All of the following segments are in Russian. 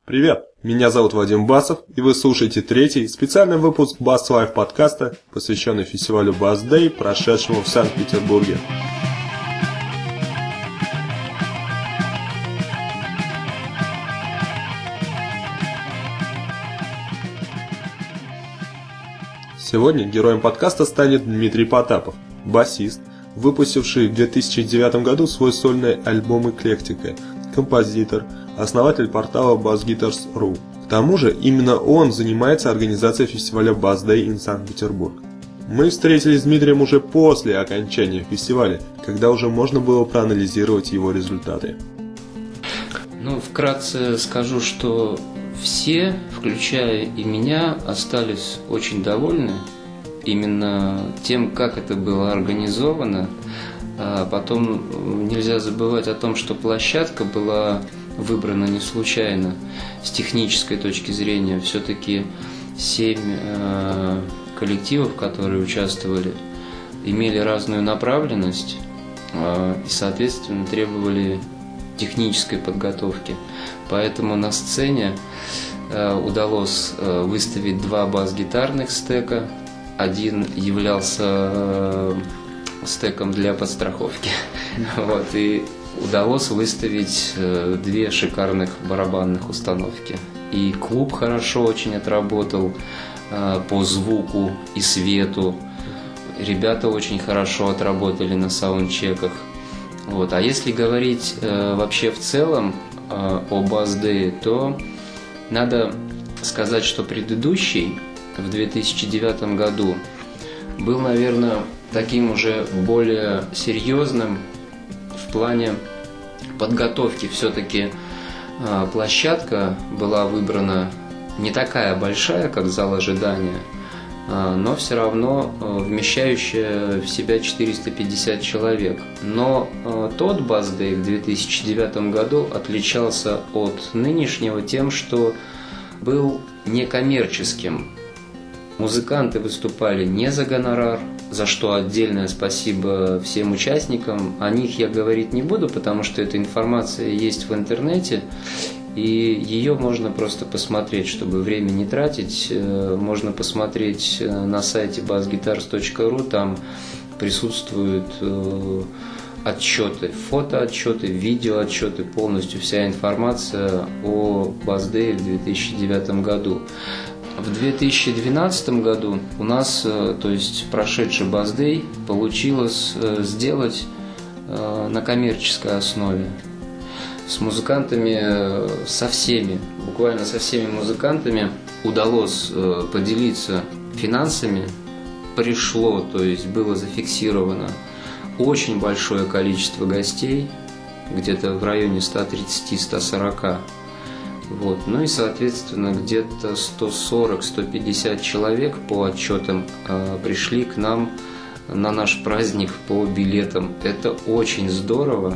Привет, меня зовут Вадим Басов, и вы слушаете третий специальный выпуск Bass Live подкаста, посвященный фестивалю Bass Day, прошедшему в Санкт-Петербурге. Сегодня героем подкаста станет Дмитрий Потапов, басист, выпустивший в 2009 году свой сольный альбом «Эклектика», композитор, основатель портала bassguitars.ru. К тому же, именно он занимается организацией фестиваля Bass Day in Санкт-Петербург. Мы встретились с Дмитрием уже после окончания фестиваля, когда уже можно было проанализировать его результаты. Вкратце скажу, что все, включая и меня, остались очень довольны именно тем, как это было организовано. А потом нельзя забывать о том, что площадка была выбрана не случайно. С технической точки зрения все-таки 7 коллективов, которые участвовали, имели разную направленность и, соответственно, требовали технической подготовки. Поэтому на сцене удалось выставить 2 бас-гитарных стека. Один являлся стеком для подстраховки. И удалось выставить 2 шикарных барабанных установки. И клуб хорошо очень отработал по звуку и свету. Ребята очень хорошо отработали на саундчеках. А если говорить вообще в целом о Bass Day, то надо сказать, что предыдущий в 2009 году был, наверное, таким уже более серьезным в плане подготовки. Все-таки площадка была выбрана не такая большая, как зал ожидания, но все равно вмещающая в себя 450 человек. Но тот Bass Day в 2009 году отличался от нынешнего тем, что был некоммерческим. Музыканты выступали не за гонорар, за что отдельное спасибо всем участникам. О них я говорить не буду, потому что эта информация есть в интернете, и ее можно просто посмотреть, чтобы время не тратить. Можно посмотреть на сайте bassguitars.ru, там присутствуют отчеты, фотоотчеты, видеоотчеты, полностью вся информация о Bass Day в 2009 году. В 2012 году у нас, то есть прошедший Bass Day, получилось сделать на коммерческой основе. С музыкантами, буквально со всеми музыкантами удалось поделиться финансами. Пришло, то есть было зафиксировано очень большое количество гостей, где-то в районе 130-140. И, соответственно, где-то 140-150 человек по отчетам пришли к нам на наш праздник по билетам. Это очень здорово,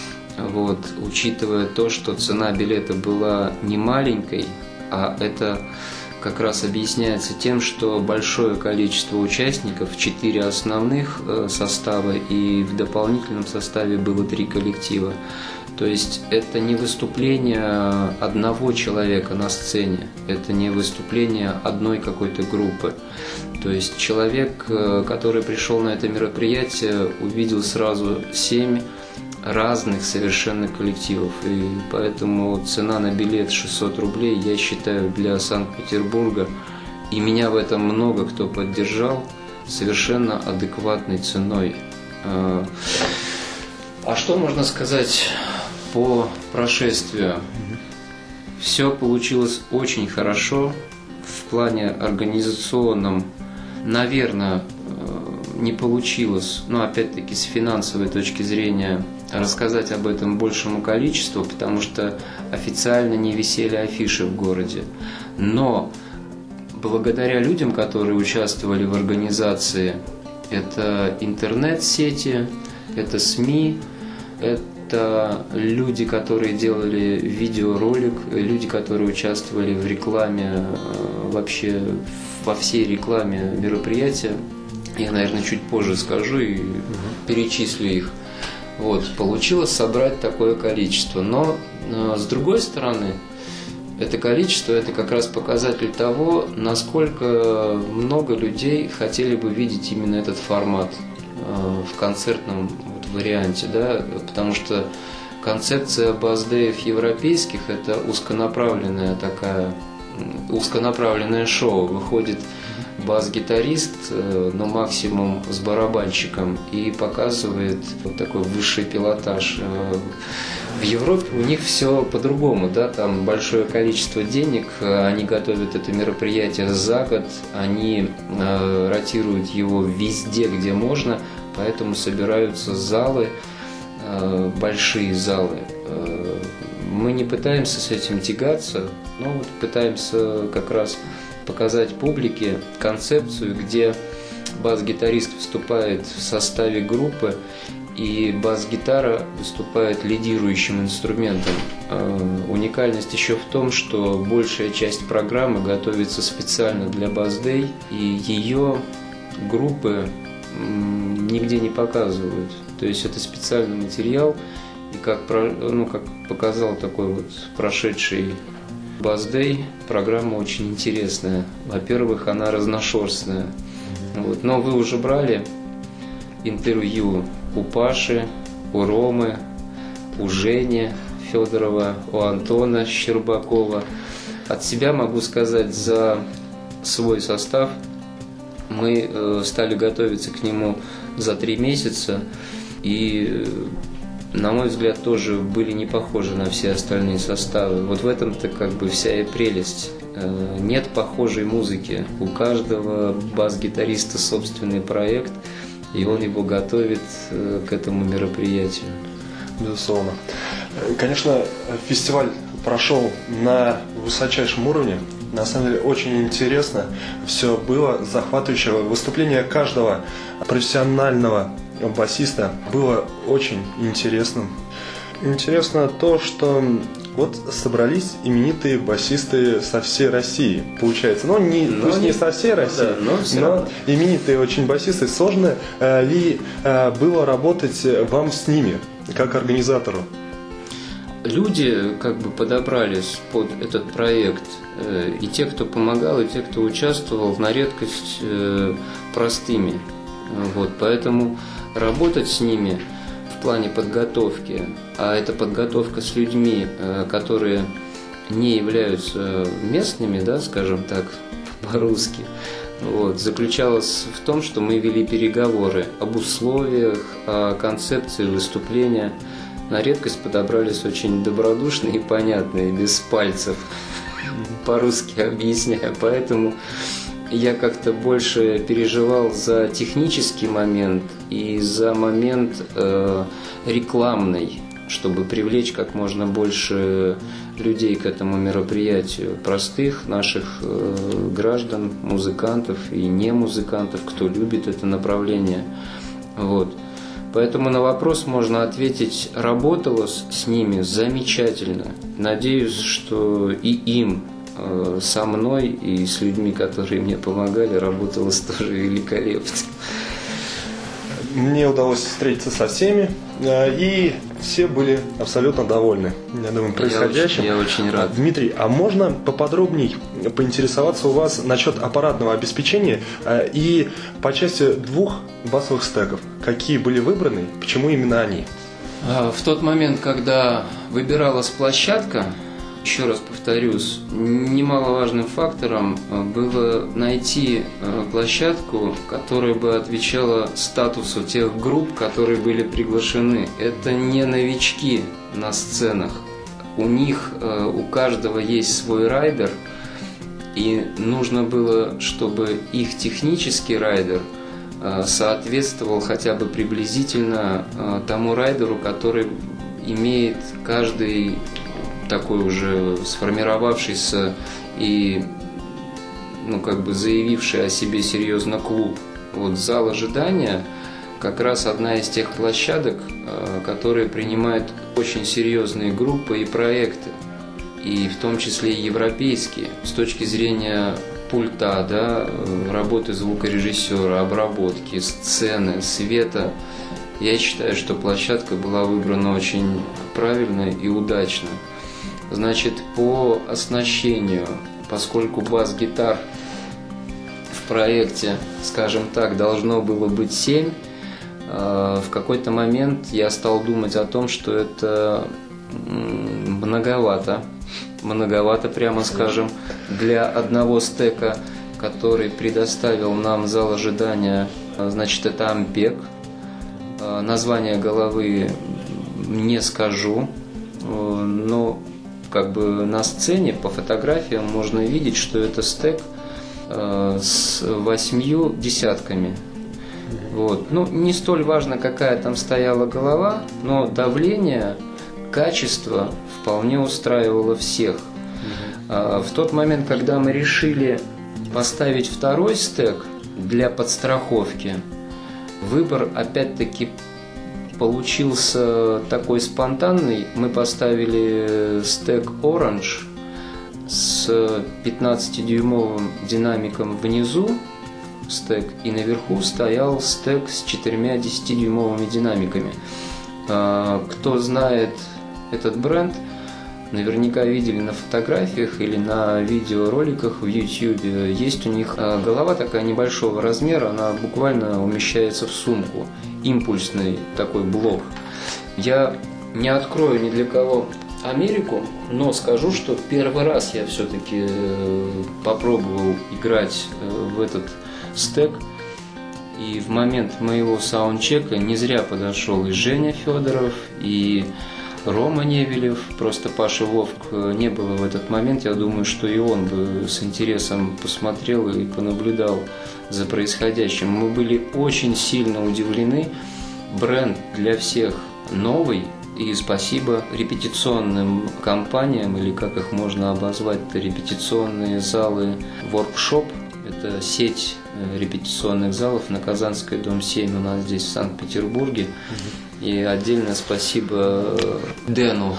учитывая то, что цена билета была не маленькой, а это как раз объясняется тем, что большое количество участников, 4 основных состава, и в дополнительном составе было 3 коллектива. То есть это не выступление одного человека на сцене, это не выступление одной какой-то группы. То есть человек, который пришел на это мероприятие, увидел сразу 7 разных совершенно коллективов. И поэтому цена на билет 600 рублей, я считаю, для Санкт-Петербурга, и меня в этом много кто поддержал, совершенно адекватной ценой. А что можно сказать по прошествию? Все получилось очень хорошо. В плане организационном, наверное, не получилось, опять-таки с финансовой точки зрения, рассказать об этом большему количеству, потому что официально не висели афиши в городе. Но благодаря людям, которые участвовали в организации, это интернет-сети, это СМИ, это люди, которые делали видеоролик, люди, которые участвовали в рекламе, вообще во всей рекламе мероприятия. Я, наверное, чуть позже скажу и перечислю их. Получилось собрать такое количество. Но с другой стороны, это количество – это как раз показатель того, насколько много людей хотели бы видеть именно этот формат в концертном варианте, да, потому что концепция бас-деев европейских – это узконаправленное шоу. Выходит бас-гитарист, но максимум с барабанщиком, и показывает вот такой высший пилотаж. В Европе у них все по-другому, да, там большое количество денег, они готовят это мероприятие за год, они ротируют его везде, где можно, поэтому собираются залы, большие залы. Мы не пытаемся с этим тягаться, но вот пытаемся как раз показать публике концепцию, где бас-гитарист выступает в составе группы, и бас-гитара выступает лидирующим инструментом. Уникальность еще в том, что большая часть программы готовится специально для бас-дэй, и ее группы нигде не показывают. То есть это специальный материал, и как показал такой вот прошедший бас-дэй, программа очень интересная. Во-первых, она разношерстная. Вот. Но вы уже брали интервью у Паши, у Ромы, у Жени Федорова, у Антона Щербакова. От себя могу сказать за свой состав. Мы стали готовиться к нему за 3 месяца, и, на мой взгляд, тоже были не похожи на все остальные составы. Вот в этом-то как бы вся и прелесть. Нет похожей музыки. У каждого бас-гитариста собственный проект, и он его готовит к этому мероприятию. Безусловно. Конечно, фестиваль прошел на высочайшем уровне. На самом деле очень интересно все было, захватывающее. Выступление каждого профессионального басиста было очень интересным. Интересно то, что вот собрались именитые басисты со всей России, получается. Пусть не со всей России, да, но именитые очень басисты. Сложно ли было работать вам с ними, как организатору? Люди как бы подобрались под этот проект, и те, кто помогал, и те, кто участвовал, на редкость простыми. Вот, поэтому работать с ними в плане подготовки, а это подготовка с людьми, которые не являются местными, да, скажем так, по-русски, вот, заключалась в том, что мы вели переговоры об условиях, о концепции выступления. На редкость подобрались очень добродушные и понятные, без пальцев, по-русски объясняя. Поэтому я как-то больше переживал за технический момент и за момент рекламный, чтобы привлечь как можно больше людей к этому мероприятию, простых наших граждан, музыкантов и не музыкантов, кто любит это направление. Вот. Поэтому на вопрос можно ответить: работала с ними замечательно. Надеюсь, что и им, со мной и с людьми, которые мне помогали, работалось тоже великолепно. Мне удалось встретиться со всеми, и все были абсолютно довольны, я думаю, происходящим. Я очень рад. Дмитрий, а можно поподробнее поинтересоваться у вас насчет аппаратного обеспечения и по части 2 басовых стеков? Какие были выбраны, почему именно они? В тот момент, когда выбиралась площадка, еще раз повторюсь, немаловажным фактором было найти площадку, которая бы отвечала статусу тех групп, которые были приглашены. Это не новички на сценах. У них, у каждого есть свой райдер, и нужно было, чтобы их технический райдер соответствовал хотя бы приблизительно тому райдеру, который имеет каждый такой уже сформировавшийся и заявивший о себе серьезно клуб. Вот зал ожидания как раз одна из тех площадок, которые принимают очень серьезные группы и проекты, и в том числе и европейские, с точки зрения пульта, да, работы звукорежиссера, обработки, сцены, света. Я считаю, что площадка была выбрана очень правильно и удачно. Значит, по оснащению, поскольку бас-гитар в проекте, скажем так, должно было быть 7, в какой-то момент я стал думать о том, что это многовато, прямо скажем, для одного стека, который предоставил нам зал ожидания. Значит, это Ампек. Название головы не скажу, но как бы на сцене по фотографиям можно видеть, что это стек с 8 десятками. Вот. Ну, не столь важно, какая там стояла голова, но давление, качество вполне устраивало всех. В тот момент, когда мы решили поставить второй стек для подстраховки, выбор опять-таки получился такой спонтанный. Мы поставили стек Orange с 15-дюймовым динамиком внизу стек, и наверху стоял стек с 4 10-дюймовыми динамиками. Кто знает этот бренд, наверняка видели на фотографиях или на видеороликах в YouTube. Есть у них голова такая небольшого размера, она буквально умещается в сумку. Импульсный такой блок. Я не открою ни для кого Америку, но скажу, что первый раз я все-таки попробовал играть в этот стек. И в момент моего саундчека не зря подошел и Женя Федоров, и Рома Невелев. Просто Паша Вовк не было в этот момент. Я думаю, что и он бы с интересом посмотрел и понаблюдал за происходящим. Мы были очень сильно удивлены. Бренд для всех новый. И спасибо репетиционным компаниям, или как их можно обозвать, это репетиционные залы Workshop. Это сеть репетиционных залов на Казанской, дом 7, у нас здесь в Санкт-Петербурге. И отдельное спасибо Дэну.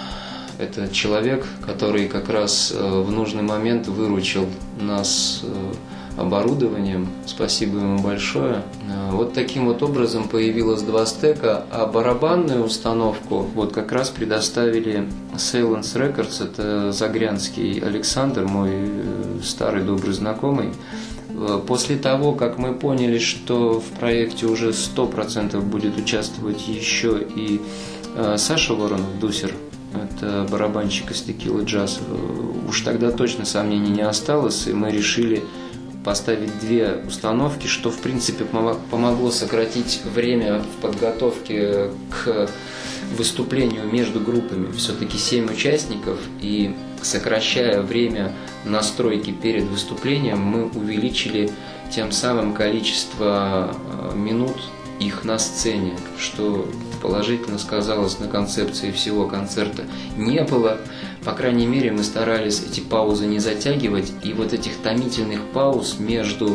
Это человек, который как раз в нужный момент выручил нас оборудованием. Спасибо ему большое. Вот таким вот образом появилось 2 стека, а барабанную установку вот как раз предоставили Silence Records. Это Загрянский Александр, мой старый добрый знакомый. После того, как мы поняли, что в проекте уже 100% будет участвовать еще и Саша Воронов-Дусер, это барабанщик из Текилы Джаз, уж тогда точно сомнений не осталось, и мы решили поставить 2 установки, что в принципе помогло сократить время в подготовке к выступлению между группами. Все-таки 7 участников, и сокращая время настройки перед выступлением, мы увеличили тем самым количество минут их на сцене, что положительно сказалось на концепции всего концерта. Не было, по крайней мере, мы старались эти паузы не затягивать, и вот этих томительных пауз между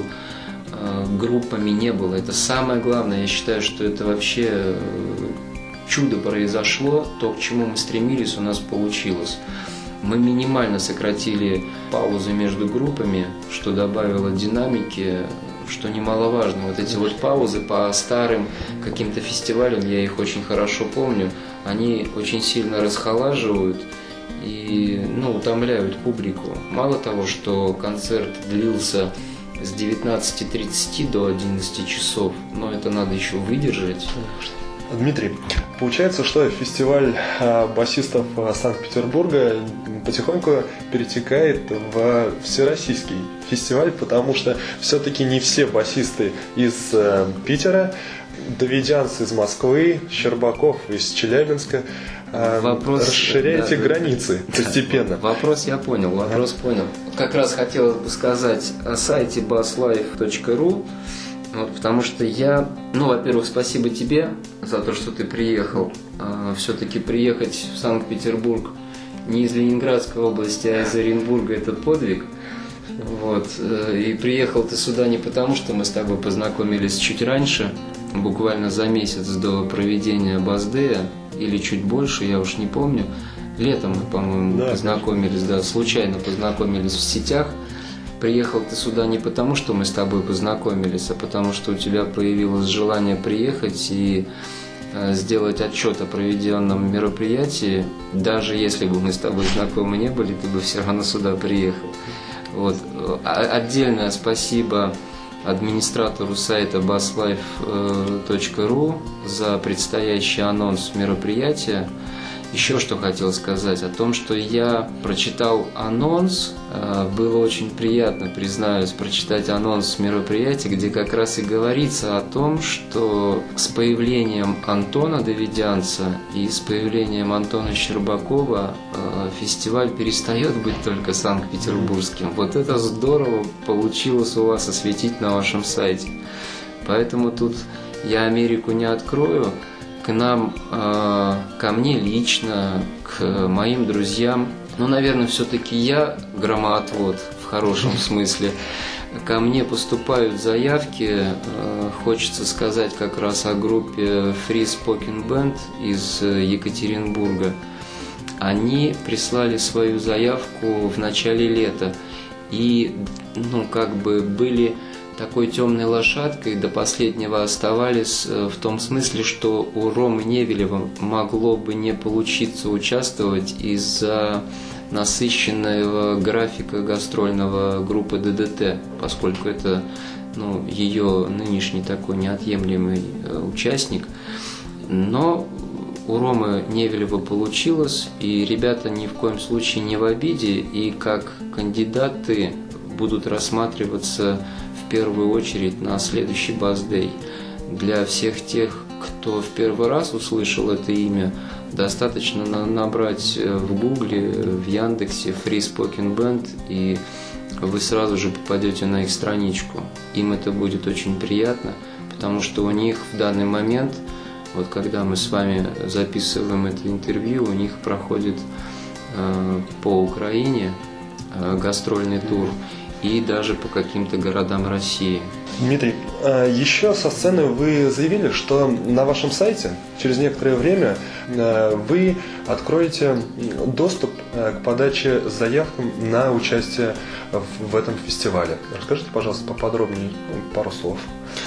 группами не было. Это самое главное. Я считаю, что это вообще чудо произошло. То, к чему мы стремились, у нас получилось. Мы минимально сократили паузы между группами, что добавило динамики, что немаловажно. Вот эти вот паузы по старым каким-то фестивалям, я их очень хорошо помню, они очень сильно расхолаживают и утомляют публику. Мало того, что концерт длился с 19:30 до 11 часов, но это надо еще выдержать. Дмитрий, получается, что фестиваль басистов Санкт-Петербурга потихоньку перетекает в всероссийский фестиваль, потому что все-таки не все басисты из Питера, Давидянц из Москвы, Щербаков из Челябинска. Расширяйте границы постепенно. Вопрос я понял, понял. Как раз хотелось бы сказать о сайте basslife.ru. Вот, потому что я, во-первых, спасибо тебе за то, что ты приехал. Все-таки приехать в Санкт-Петербург не из Ленинградской области, а из Оренбурга – это подвиг. Вот. И приехал ты сюда не потому, что мы с тобой познакомились чуть раньше, буквально за месяц до проведения Басдея, или чуть больше, я уж не помню. Летом мы, по-моему, познакомились, случайно познакомились в сетях. Приехал ты сюда не потому, что мы с тобой познакомились, а потому что у тебя появилось желание приехать и сделать отчет о проведенном мероприятии. Даже если бы мы с тобой знакомы не были, ты бы все равно сюда приехал. Вот. Отдельное спасибо администратору сайта basslife.ru за предстоящий анонс мероприятия. Еще что хотел сказать о том, что я прочитал анонс. Было очень приятно, признаюсь, прочитать анонс мероприятия, где как раз и говорится о том, что с появлением Антона Давидянца и с появлением Антона Щербакова фестиваль перестает быть только санкт-петербургским. Вот это здорово получилось у вас осветить на вашем сайте. Поэтому тут я Америку не открою. К нам, ко мне лично, к моим друзьям, наверное, все-таки я громоотвод в хорошем смысле. Ко мне поступают заявки, хочется сказать как раз о группе Free Spoken Band из Екатеринбурга. Они прислали свою заявку в начале лета и, были такой темной лошадкой, до последнего оставались в том смысле, что у Ромы Невелева могло бы не получиться участвовать из-за насыщенного графика гастрольного группы ДДТ, поскольку это ее нынешний такой неотъемлемый участник. Но у Ромы Невелева получилось, и ребята ни в коем случае не в обиде, и как кандидаты будут рассматриваться в первую очередь на следующий Bass-Day. Для всех тех, кто в первый раз услышал это имя, достаточно набрать в Гугле, в Яндексе Free Spoken Band, и вы сразу же попадете на их страничку. Им это будет очень приятно, потому что у них в данный момент, вот когда мы с вами записываем это интервью, у них проходит по Украине гастрольный тур и даже по каким-то городам России. Дмитрий, еще со сцены вы заявили, что на вашем сайте через некоторое время вы откроете доступ к подаче заявкам на участие в этом фестивале. Расскажите, пожалуйста, поподробнее, пару слов.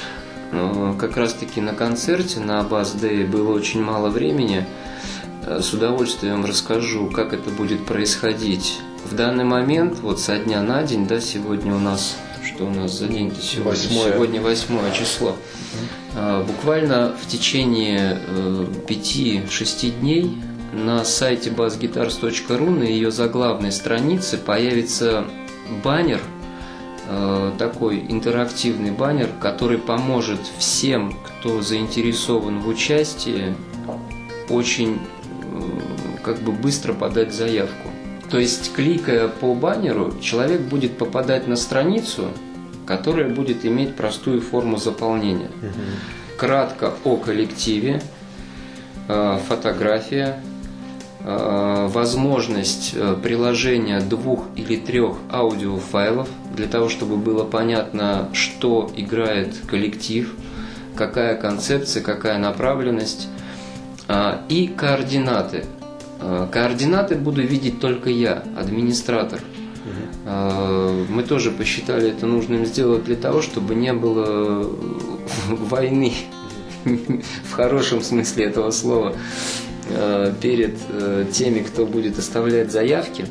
Как раз-таки на концерте, на Bass-Day было очень мало времени. С удовольствием расскажу, как это будет происходить. В данный момент, вот со дня на день, сегодня у нас, что у нас за день-то сегодня? Сегодня 8 число. Буквально в течение 5-6 дней на сайте bassguitars.ru на ее заглавной странице появится баннер, такой интерактивный баннер, который поможет всем, кто заинтересован в участии, очень быстро подать заявку. То есть, кликая по баннеру, человек будет попадать на страницу, которая будет иметь простую форму заполнения. Кратко о коллективе, фотография, возможность приложения 2 или 3 аудиофайлов для того, чтобы было понятно, что играет коллектив, какая концепция, какая направленность, и координаты. Координаты буду видеть только я, администратор. Мы тоже посчитали это нужным сделать для того, чтобы не было войны, в хорошем смысле этого слова, перед теми, кто будет оставлять заявки.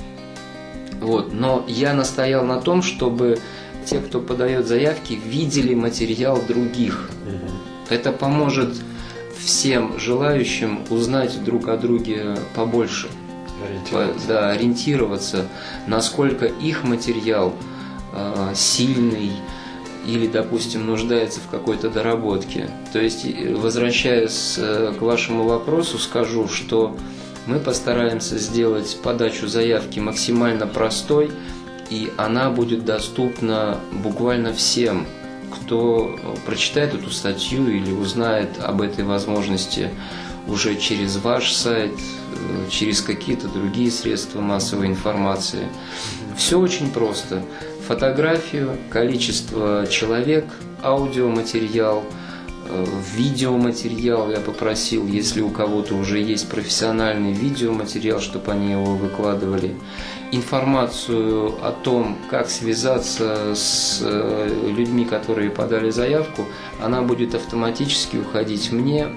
Но я настоял на том, чтобы те, кто подает заявки, видели материал других. Это поможет всем желающим узнать друг о друге побольше, ориентироваться, насколько их материал сильный или, допустим, нуждается в какой-то доработке. То есть, возвращаясь к вашему вопросу, скажу, что мы постараемся сделать подачу заявки максимально простой, и она будет доступна буквально всем, кто прочитает эту статью или узнает об этой возможности уже через ваш сайт, через какие-то другие средства массовой информации. Все очень просто. Фотографию, количество человек, аудиоматериал, видеоматериал я попросил, если у кого-то уже есть профессиональный видеоматериал, чтобы они его выкладывали. Информацию о том, как связаться с людьми, которые подали заявку, она будет автоматически уходить мне.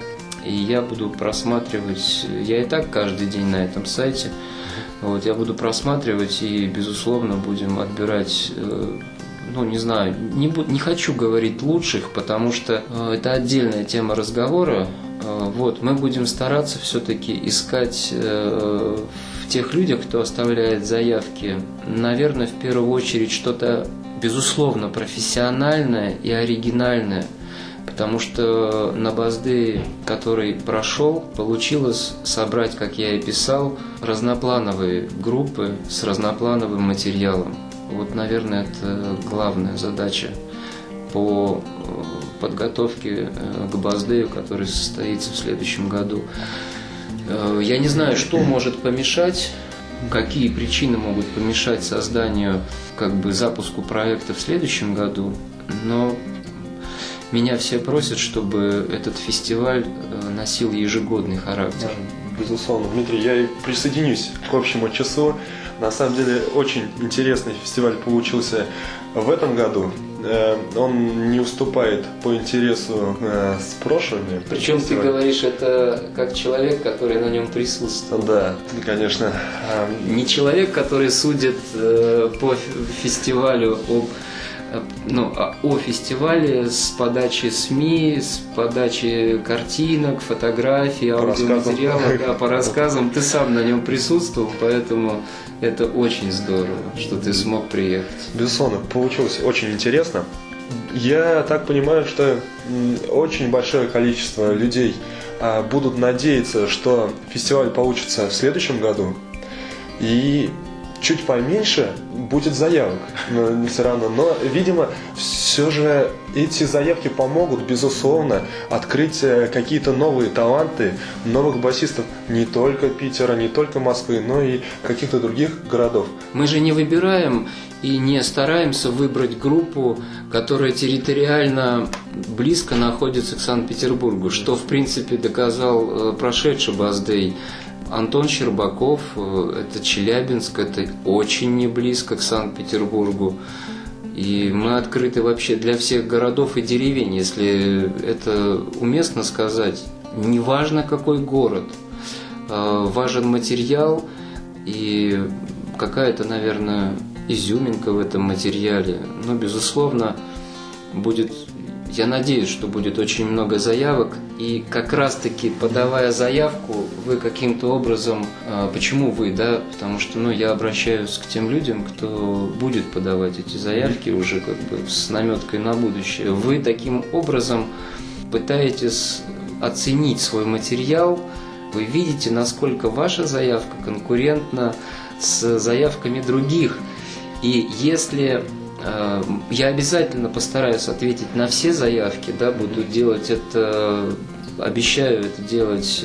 и я буду просматривать, я и так каждый день на этом сайте, вот, я буду просматривать и, безусловно, будем отбирать, ну, не знаю, не хочу говорить лучших, потому что это отдельная тема разговора. Вот, мы будем стараться все-таки искать в тех людях, кто оставляет заявки, наверное, в первую очередь что-то, безусловно, профессиональное и оригинальное. Потому что на BuzzDay, который прошел, получилось собрать, как я и писал, разноплановые группы с разноплановым материалом. Вот, наверное, это главная задача по подготовке к BuzzDay, который состоится в следующем году. Я не знаю, что может помешать, какие причины могут помешать созданию, запуску проекта в следующем году, но меня все просят, чтобы этот фестиваль носил ежегодный характер. Безусловно, Дмитрий, я и присоединюсь к общему числу. На самом деле, очень интересный фестиваль получился в этом году. Он не уступает по интересу с прошлыми. Причем ты говоришь это как человек, который на нем присутствовал. Да, конечно. Не человек, который судит по фестивалю о фестивале с подачи СМИ, с подачи картинок, фотографий, аудиоматериалов, по рассказам. Ты сам на нем присутствовал, поэтому это очень здорово, что ты смог приехать. Безусловно, получилось очень интересно. Я так понимаю, что очень большое количество людей будут надеяться, что фестиваль получится в следующем году. И чуть поменьше будет заявок, но все равно. Но, видимо, все же эти заявки помогут, безусловно, открыть какие-то новые таланты, новых басистов не только Питера, не только Москвы, но и каких-то других городов. Мы же не выбираем и не стараемся выбрать группу, которая территориально близко находится к Санкт-Петербургу, что, в принципе, доказал прошедший BuzzDay. Антон Щербаков, это Челябинск, это очень не близко к Санкт-Петербургу. И мы открыты вообще для всех городов и деревень, если это уместно сказать. Неважно, какой город, важен материал и какая-то, наверное, изюминка в этом материале. Но, безусловно, будет... Я надеюсь, что будет очень много заявок, и как раз-таки, подавая заявку, вы каким-то образом, почему вы, да, потому что, я обращаюсь к тем людям, кто будет подавать эти заявки уже с наметкой на будущее. Вы таким образом пытаетесь оценить свой материал, вы видите, насколько ваша заявка конкурентна с заявками других, и если... Я обязательно постараюсь ответить на все заявки, да, буду делать это, обещаю это делать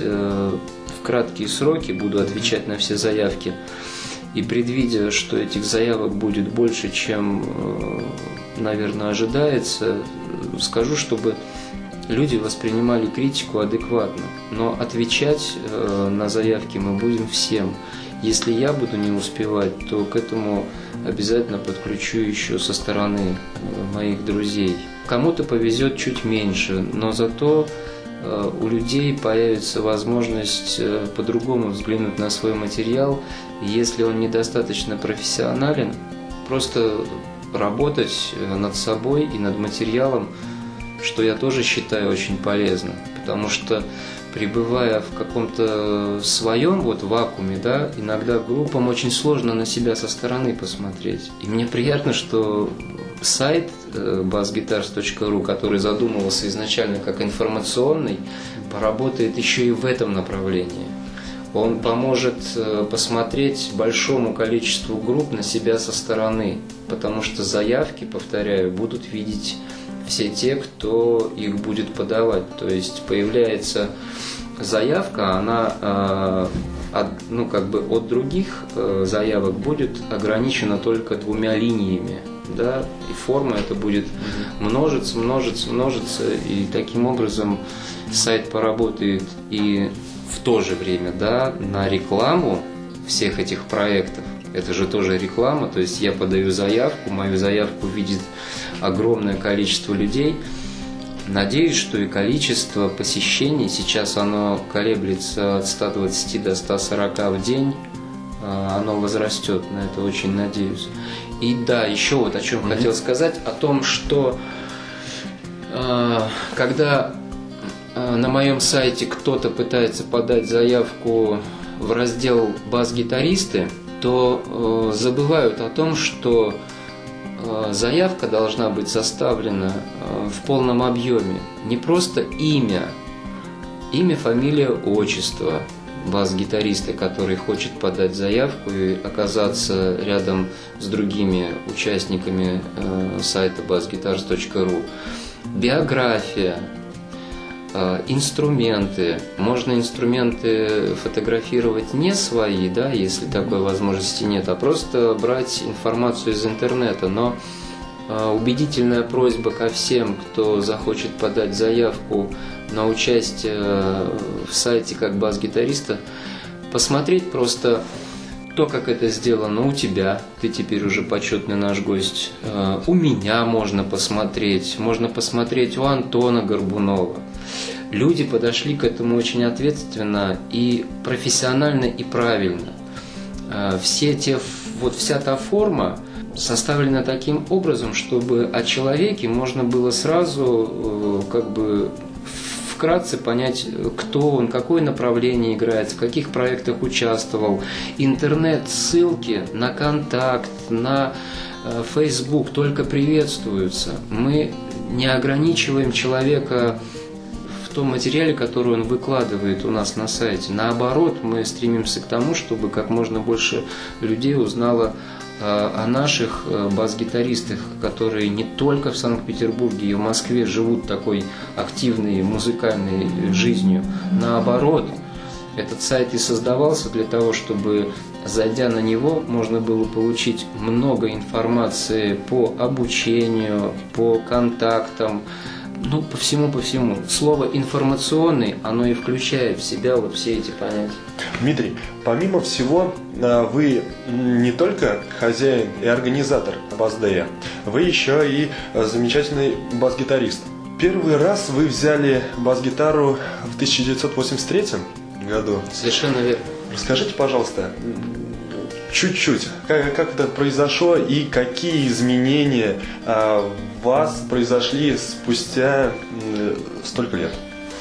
в краткие сроки, буду отвечать на все заявки. И предвидя, что этих заявок будет больше, чем, наверное, ожидается, скажу, чтобы люди воспринимали критику адекватно. Но отвечать на заявки мы будем всем. Если я буду не успевать, то к этому обязательно подключу еще со стороны моих друзей. Кому-то повезет чуть меньше, но зато у людей появится возможность по-другому взглянуть на свой материал. И если он недостаточно профессионален, просто работать над собой и над материалом, что я тоже считаю очень полезно, потому что пребывая в каком-то своем вакууме, да, иногда группам очень сложно на себя со стороны посмотреть. И мне приятно, что сайт bassguitars.ru, который задумывался изначально как информационный, поработает еще и в этом направлении. Он поможет посмотреть большому количеству групп на себя со стороны, потому что заявки, повторяю, будут видеть все те, кто их будет подавать. То есть появляется заявка, она от других заявок будет ограничена только 2 линиями. Да? И форма это будет множиться, и таким образом сайт поработает и в то же время, да, на рекламу всех этих проектов. Это же тоже реклама, то есть я подаю заявку, мою заявку видит огромное количество людей. Надеюсь, что и количество посещений, сейчас оно колеблется от 120 до 140 в день, оно возрастет, на это очень надеюсь. И да, еще вот о чем хотел сказать, о том, что когда на моем сайте кто-то пытается подать заявку в раздел «Бас-гитаристы», то забывают о том, что заявка должна быть составлена в полном объеме. Не просто имя, фамилия, отчество бас-гитариста, который хочет подать заявку и оказаться рядом с другими участниками сайта bassguitars.ru, биография, инструменты. Можно инструменты фотографировать не свои, да, если такой возможности нет, а просто брать информацию из интернета. Но убедительная просьба ко всем, кто захочет подать заявку на участие в сайте как бас-гитариста, посмотреть просто то, как это сделано у тебя, ты теперь уже почетный наш гость, у меня можно посмотреть у Антона Горбунова. Люди подошли к этому очень ответственно и профессионально и правильно. Вся та форма составлена таким образом, чтобы о человеке можно было сразу вкратце понять, кто он, какое направление играет, в каких проектах участвовал. Интернет-ссылки на контакт, на Facebook только приветствуются. Мы не ограничиваем человека в том материале, который он выкладывает у нас на сайте. Наоборот, мы стремимся к тому, чтобы как можно больше людей узнало о наших бас-гитаристах, которые не только в Санкт-Петербурге и в Москве живут такой активной музыкальной жизнью. Наоборот, этот сайт и создавался для того, чтобы, зайдя на него, можно было получить много информации по обучению, по контактам, по всему. Слово «информационный», оно и включает в себя вот все эти понятия. Дмитрий, помимо всего, вы не только хозяин и организатор Бас-Дэя, вы еще и замечательный бас-гитарист. Первый раз вы взяли бас-гитару в 1983 году. Совершенно верно. Расскажите, пожалуйста, чуть-чуть, как это произошло и какие изменения у вас произошли спустя столько лет?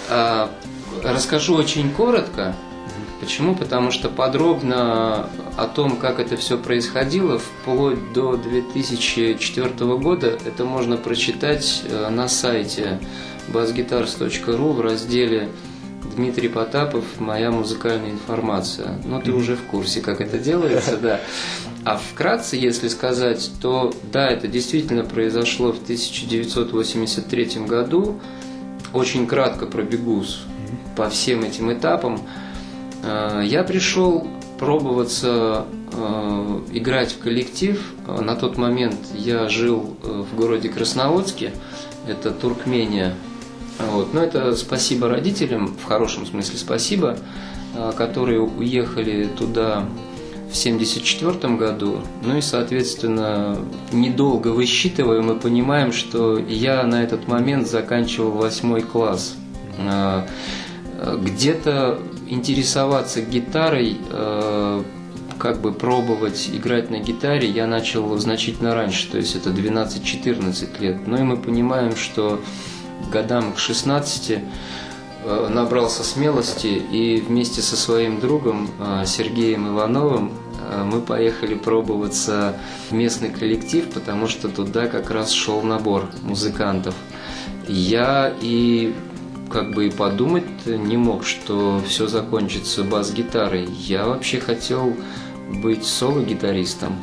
Расскажу очень коротко. Почему? Потому что подробно о том, как это все происходило, вплоть до 2004 года, это можно прочитать на сайте bassguitars.ru в разделе «Дмитрий Потапов. Моя музыкальная информация». Ты уже в курсе, как это делается, да. А вкратце, если сказать, то да, это действительно произошло в 1983 году. Очень кратко пробегусь по всем этим этапам. Я пришел пробоваться играть в коллектив. На тот момент я жил в городе Красноводске, это Туркмения. Но это спасибо родителям, в хорошем смысле спасибо, которые уехали туда в 1974 году. И, соответственно, недолго высчитываем и понимаем, что я на этот момент заканчивал 8 класс. Где-то интересоваться гитарой, пробовать играть на гитаре я начал значительно раньше, то есть это 12-14 лет. И мы понимаем, что годам к 16 набрался смелости и вместе со своим другом Сергеем Ивановым мы поехали пробоваться в местный коллектив, потому что туда как раз шел набор музыкантов. Я и подумать не мог, что все закончится бас-гитарой. Я вообще хотел быть соло-гитаристом.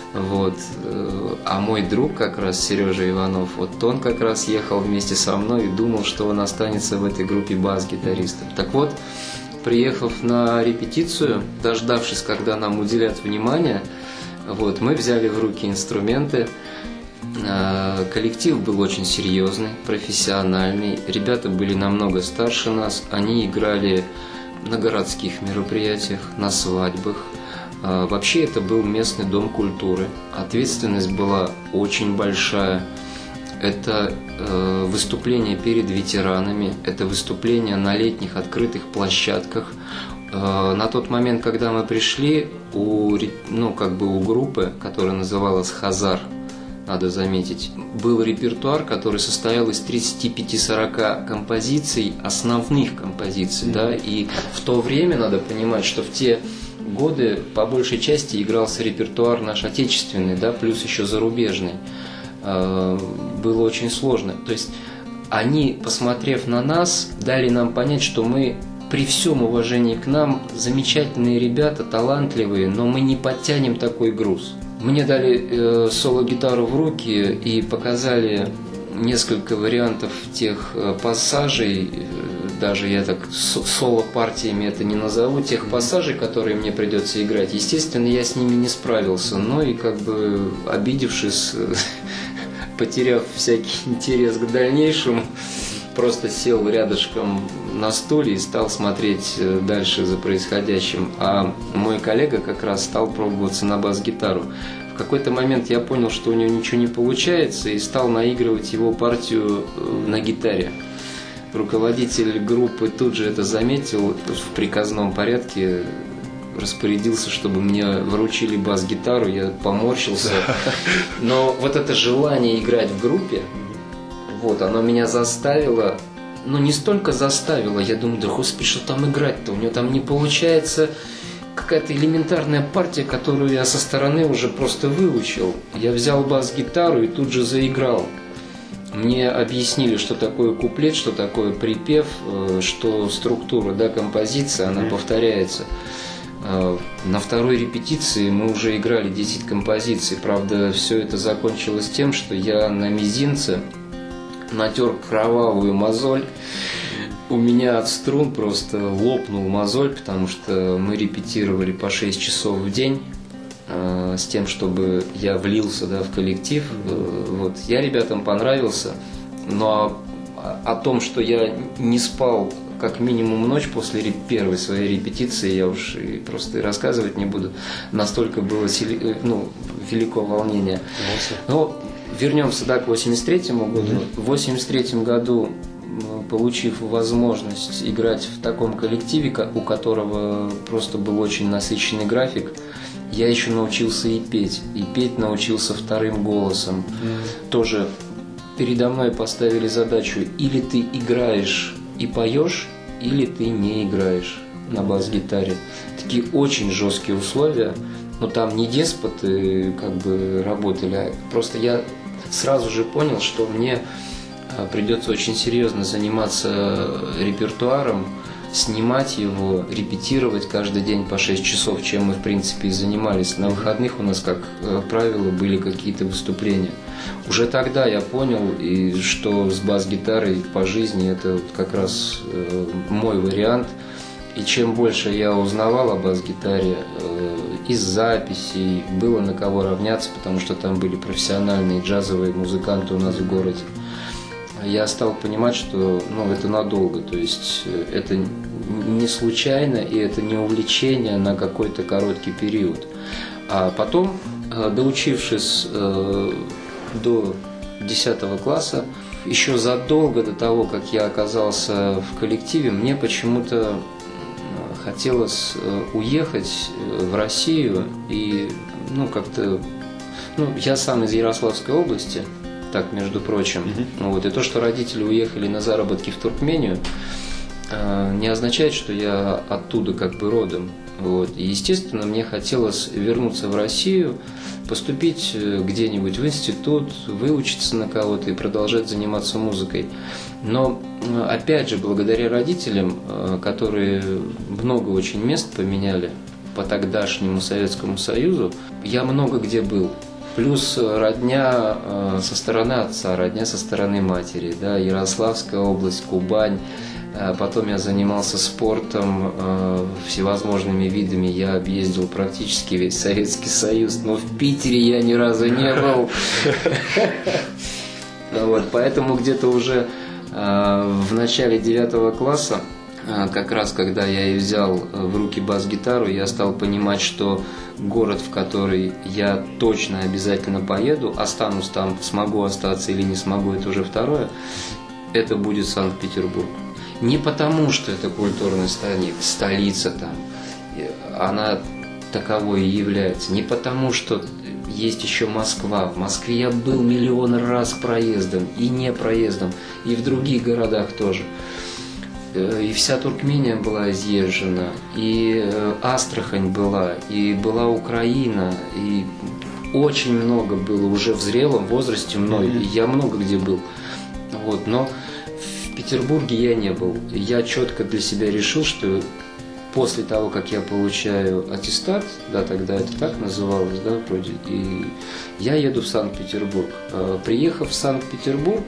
А мой друг как раз, Сережа Иванов, он как раз ехал вместе со мной и думал, что он останется в этой группе бас-гитаристов. Так вот, приехав на репетицию, дождавшись, когда нам уделят внимание, мы взяли в руки инструменты. Коллектив был очень серьезный, профессиональный. Ребята были намного старше нас. Они играли на городских мероприятиях, на свадьбах. Вообще это был местный дом культуры. Ответственность была очень большая. это выступления перед ветеранами, это выступления на летних открытых площадках. На тот момент, когда мы пришли, у группы, которая называлась «Хазар», надо заметить, был репертуар, который состоял из 35-40 композиций, основных композиций, да, и в то время надо понимать, что в те годы по большей части игрался репертуар наш отечественный, да, плюс еще зарубежный. Было очень сложно. То есть они, посмотрев на нас, дали нам понять, что мы при всем уважении к нам замечательные ребята, талантливые, но мы не подтянем такой груз. Мне дали соло-гитару в руки и показали несколько вариантов тех пассажей, даже я так соло-партиями это не назову, тех пассажей, которые мне придется играть. Естественно, я с ними не справился, но и обидевшись, потеряв всякий интерес к дальнейшему, просто сел рядышком на стуле и стал смотреть дальше за происходящим. А мой коллега как раз стал пробоваться на бас-гитару. В какой-то момент я понял, что у него ничего не получается, и стал наигрывать его партию на гитаре. Руководитель группы тут же это заметил, в приказном порядке распорядился, чтобы мне вручили бас-гитару, я поморщился. Но вот это желание играть в группе, оно меня заставило, не столько заставило, я думаю, да господи, что там играть-то, у него там не получается какая-то элементарная партия, которую я со стороны уже просто выучил. Я взял бас-гитару и тут же заиграл. Мне объяснили, что такое куплет, что такое припев, что структура, да, композиция, она повторяется. На второй репетиции мы уже играли 10 композиций. Правда, все это закончилось тем, что я на мизинце натер кровавую мозоль. У меня от струн просто лопнул мозоль, потому что мы репетировали по 6 часов в день с тем, чтобы я влился, да, в коллектив. Я ребятам понравился, но о том, что я не спал как минимум ночь после первой своей репетиции, я уж просто рассказывать не буду. Настолько было велико волнение. Но вернемся, к 83-му году. В 83-м году, получив возможность играть в таком коллективе, у которого просто был очень насыщенный график, я еще научился и петь. И петь научился вторым голосом. Тоже передо мной поставили задачу: или ты играешь и поешь, или ты не играешь на бас-гитаре. Такие очень жесткие условия. Но там не деспоты работали, а просто я сразу же понял, что мне придется очень серьезно заниматься репертуаром, снимать его, репетировать каждый день по 6 часов, чем мы в принципе и занимались. На выходных у нас, как правило, были какие-то выступления. Уже тогда я понял, что с бас-гитарой по жизни это как раз мой вариант. И чем больше я узнавал о бас-гитаре, из записей, было на кого равняться, потому что там были профессиональные джазовые музыканты у нас в городе, я стал понимать, что это надолго, то есть это не случайно и это не увлечение на какой-то короткий период. А потом, доучившись до 10 класса, еще задолго до того, как я оказался в коллективе, мне почему-то хотелось уехать в Россию и я сам из Ярославской области, так, между прочим. И то, что родители уехали на заработки в Туркмению, не означает, что я оттуда родом. И, естественно, мне хотелось вернуться в Россию, поступить где-нибудь в институт, выучиться на кого-то и продолжать заниматься музыкой. Но, опять же, благодаря родителям, которые много очень мест поменяли по тогдашнему Советскому Союзу, я много где был. Плюс родня со стороны отца, родня со стороны матери, да, Ярославская область, Кубань. Потом я занимался спортом, всевозможными видами. Я объездил практически весь Советский Союз, но в Питере я ни разу не был. Поэтому где-то уже в начале 9 класса как раз когда я и взял в руки бас-гитару, я стал понимать, что город, в который я точно обязательно поеду, останусь там, смогу остаться или не смогу, это уже второе, это будет Санкт-Петербург. Не потому, что это культурная столица там, она таковой и является, не потому, что есть еще Москва. В Москве я был миллион раз проездом и не проездом, и в других городах тоже. И вся Туркмения была изъезжена, и Астрахань была, и была Украина, и очень много было уже в зрелом возрасте мной, и я много где был. Вот, но в Петербурге я не был. Я четко для себя решил, что после того, как я получаю аттестат, да, тогда это так называлось, да, вроде, и я еду в Санкт-Петербург. Приехав в Санкт-Петербург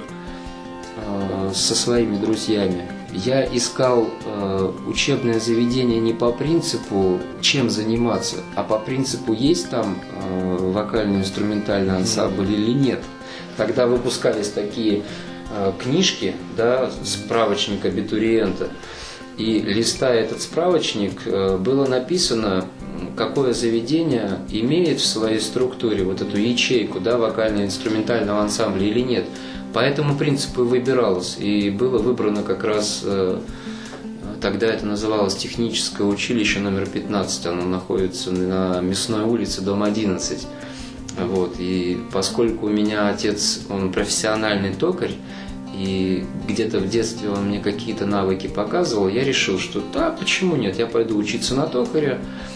со своими друзьями, я искал учебное заведение не по принципу, чем заниматься, а по принципу, есть там вокально-инструментальный ансамбль или нет. Тогда выпускались такие книжки, да, справочник абитуриента. И листая этот справочник, было написано, какое заведение имеет в своей структуре вот эту ячейку, да, вокально-инструментального ансамбля или нет. По этому принципу и выбиралось. И было выбрано как раз, тогда это называлось техническое училище номер 15, оно находится на Мясной улице, дом 11. Вот. И поскольку у меня отец, он профессиональный токарь, и где-то в детстве он мне какие-то навыки показывал, я решил, что да, почему нет, я пойду учиться на токаря.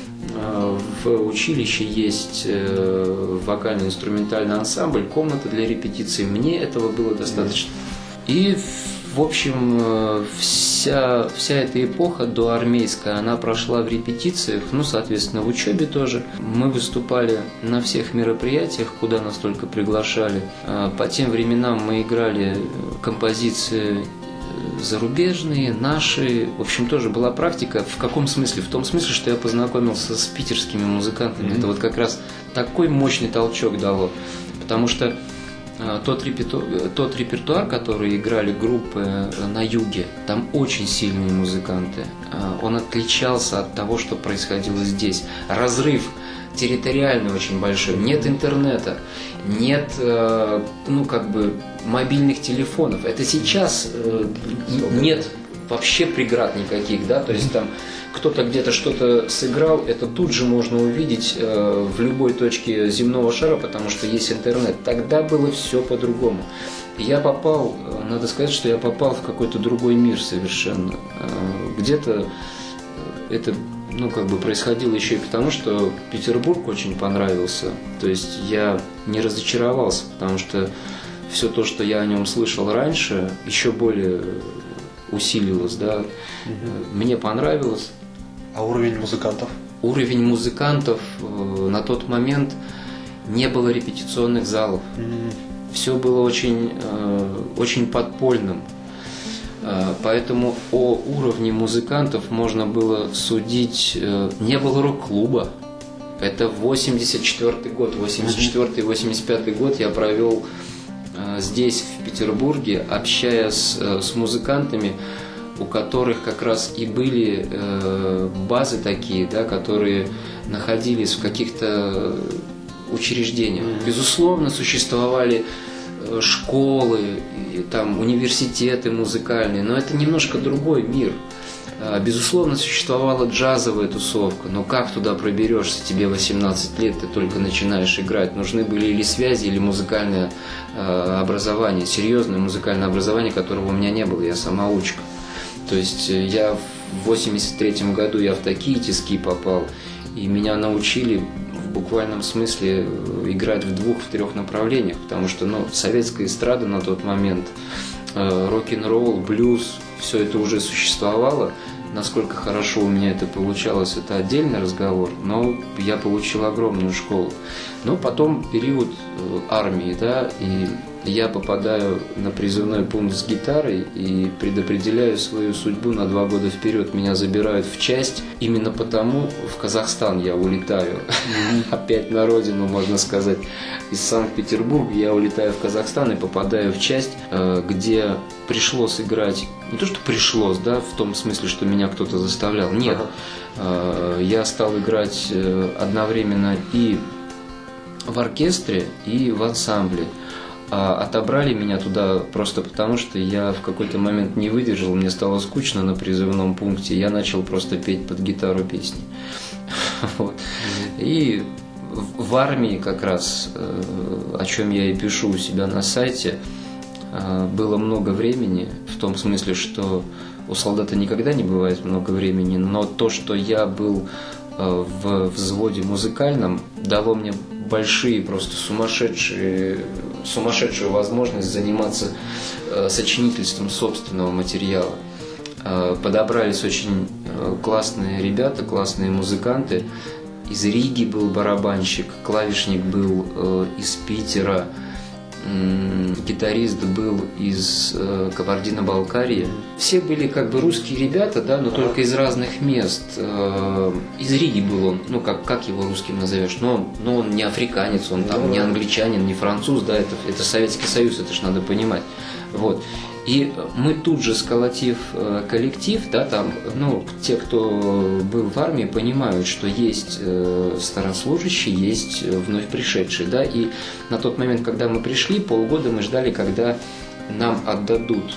В училище есть вокально-инструментальный ансамбль, комната для репетиции. Мне этого было достаточно. И, в общем, вся эта эпоха доармейская, она прошла в репетициях, ну, соответственно, в учебе тоже. Мы выступали на всех мероприятиях, куда нас только приглашали. По тем временам мы играли композиции зарубежные, наши. В общем, тоже была практика. В каком смысле? В том смысле, что я познакомился с питерскими музыкантами. Это вот как раз такой мощный толчок дало. Потому что тот репертуар, который играли группы на юге, там очень сильные музыканты. Он отличался от того, что происходило здесь. Разрыв территориальный очень большой. Нет интернета, нет, мобильных телефонов. Это сейчас нет вообще преград никаких, да, то есть там кто-то где-то что-то сыграл, это тут же можно увидеть в любой точке земного шара, потому что есть интернет. Тогда было все по-другому. Я попал, надо сказать, что я попал в какой-то другой мир совершенно. Где-то это, происходило еще и потому, что Петербург очень понравился. То есть я не разочаровался, потому что все то, что я о нем слышал раньше, еще более усилилось, да. Мне понравилось. А уровень музыкантов? Уровень музыкантов на тот момент не было репетиционных залов. Все было очень, очень подпольным. Поэтому о уровне музыкантов можно было судить. Не было рок-клуба. Это 84-й год. 84-й, 85-й год я провел здесь, в Петербурге, общаясь с музыкантами, у которых как раз и были базы такие, да, которые находились в каких-то учреждениях. Безусловно, существовали школы, там, университеты музыкальные, но это немножко другой мир. Безусловно, существовала джазовая тусовка, но как туда проберешься? Тебе 18 лет, ты только начинаешь играть. Нужны были или связи, или музыкальное образование, серьезное музыкальное образование, которого у меня не было, я самоучка. То есть я в 83-м году я в такие тиски попал, и меня научили в буквальном смысле играть в 2-3 направлениях, потому что советская эстрада на тот момент, рок-н-ролл, блюз, все это уже существовало. Насколько хорошо у меня это получалось, это отдельный разговор, но я получил огромную школу. Но потом период армии, да, и я попадаю на призывной пункт с гитарой и предопределяю свою судьбу на 2 года вперед. Меня забирают в часть. Именно потому в Казахстан я улетаю. Опять на родину, можно сказать. Из Санкт-Петербурга я улетаю в Казахстан и попадаю в часть, где пришлось играть. Не то, что пришлось, да, в том смысле, что меня кто-то заставлял. Нет. Я стал играть одновременно и в оркестре, и в ансамбле. Отобрали меня туда просто потому, что я в какой-то момент не выдержал, мне стало скучно на призывном пункте, я начал просто петь под гитару песни. Вот. И в армии как раз, о чем я и пишу у себя на сайте, было много времени, в том смысле, что у солдата никогда не бывает много времени, но то, что я был в взводе музыкальном, дало мне большие, просто сумасшедшую возможность заниматься сочинительством собственного материала. Подобрались очень классные ребята, классные музыканты. Из Риги был барабанщик, клавишник был из Питера, гитарист был из Кабардино-Балкарии. Все были как бы русские ребята, да, но только из разных мест. Из Риги был он, ну как его русским назовешь, но он не африканец, он там не англичанин, не француз, да, это Советский Союз, это ж надо понимать. Вот. И мы тут же, сколотив коллектив, да, там, ну, те, кто был в армии, понимают, что есть старослужащие, есть вновь пришедшие, да, и на тот момент, когда мы пришли, полгода мы ждали, когда нам отдадут,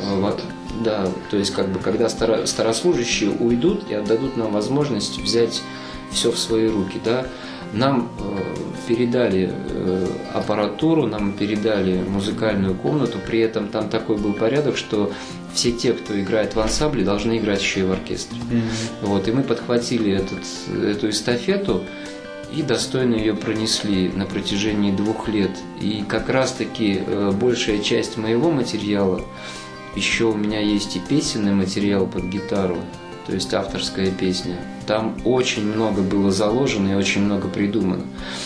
да, то есть, как бы, когда старослужащие уйдут и отдадут нам возможность взять все в свои руки, да. Нам передали аппаратуру, нам передали музыкальную комнату, при этом там такой был порядок, что все те, кто играет в ансамбле, должны играть еще и в оркестре. Вот, и мы подхватили эту эстафету и достойно ее пронесли на протяжении 2 лет. И как раз-таки большая часть моего материала, еще у меня есть и песенный материал под гитару, то есть авторская песня. Там очень много было заложено и очень много придумано.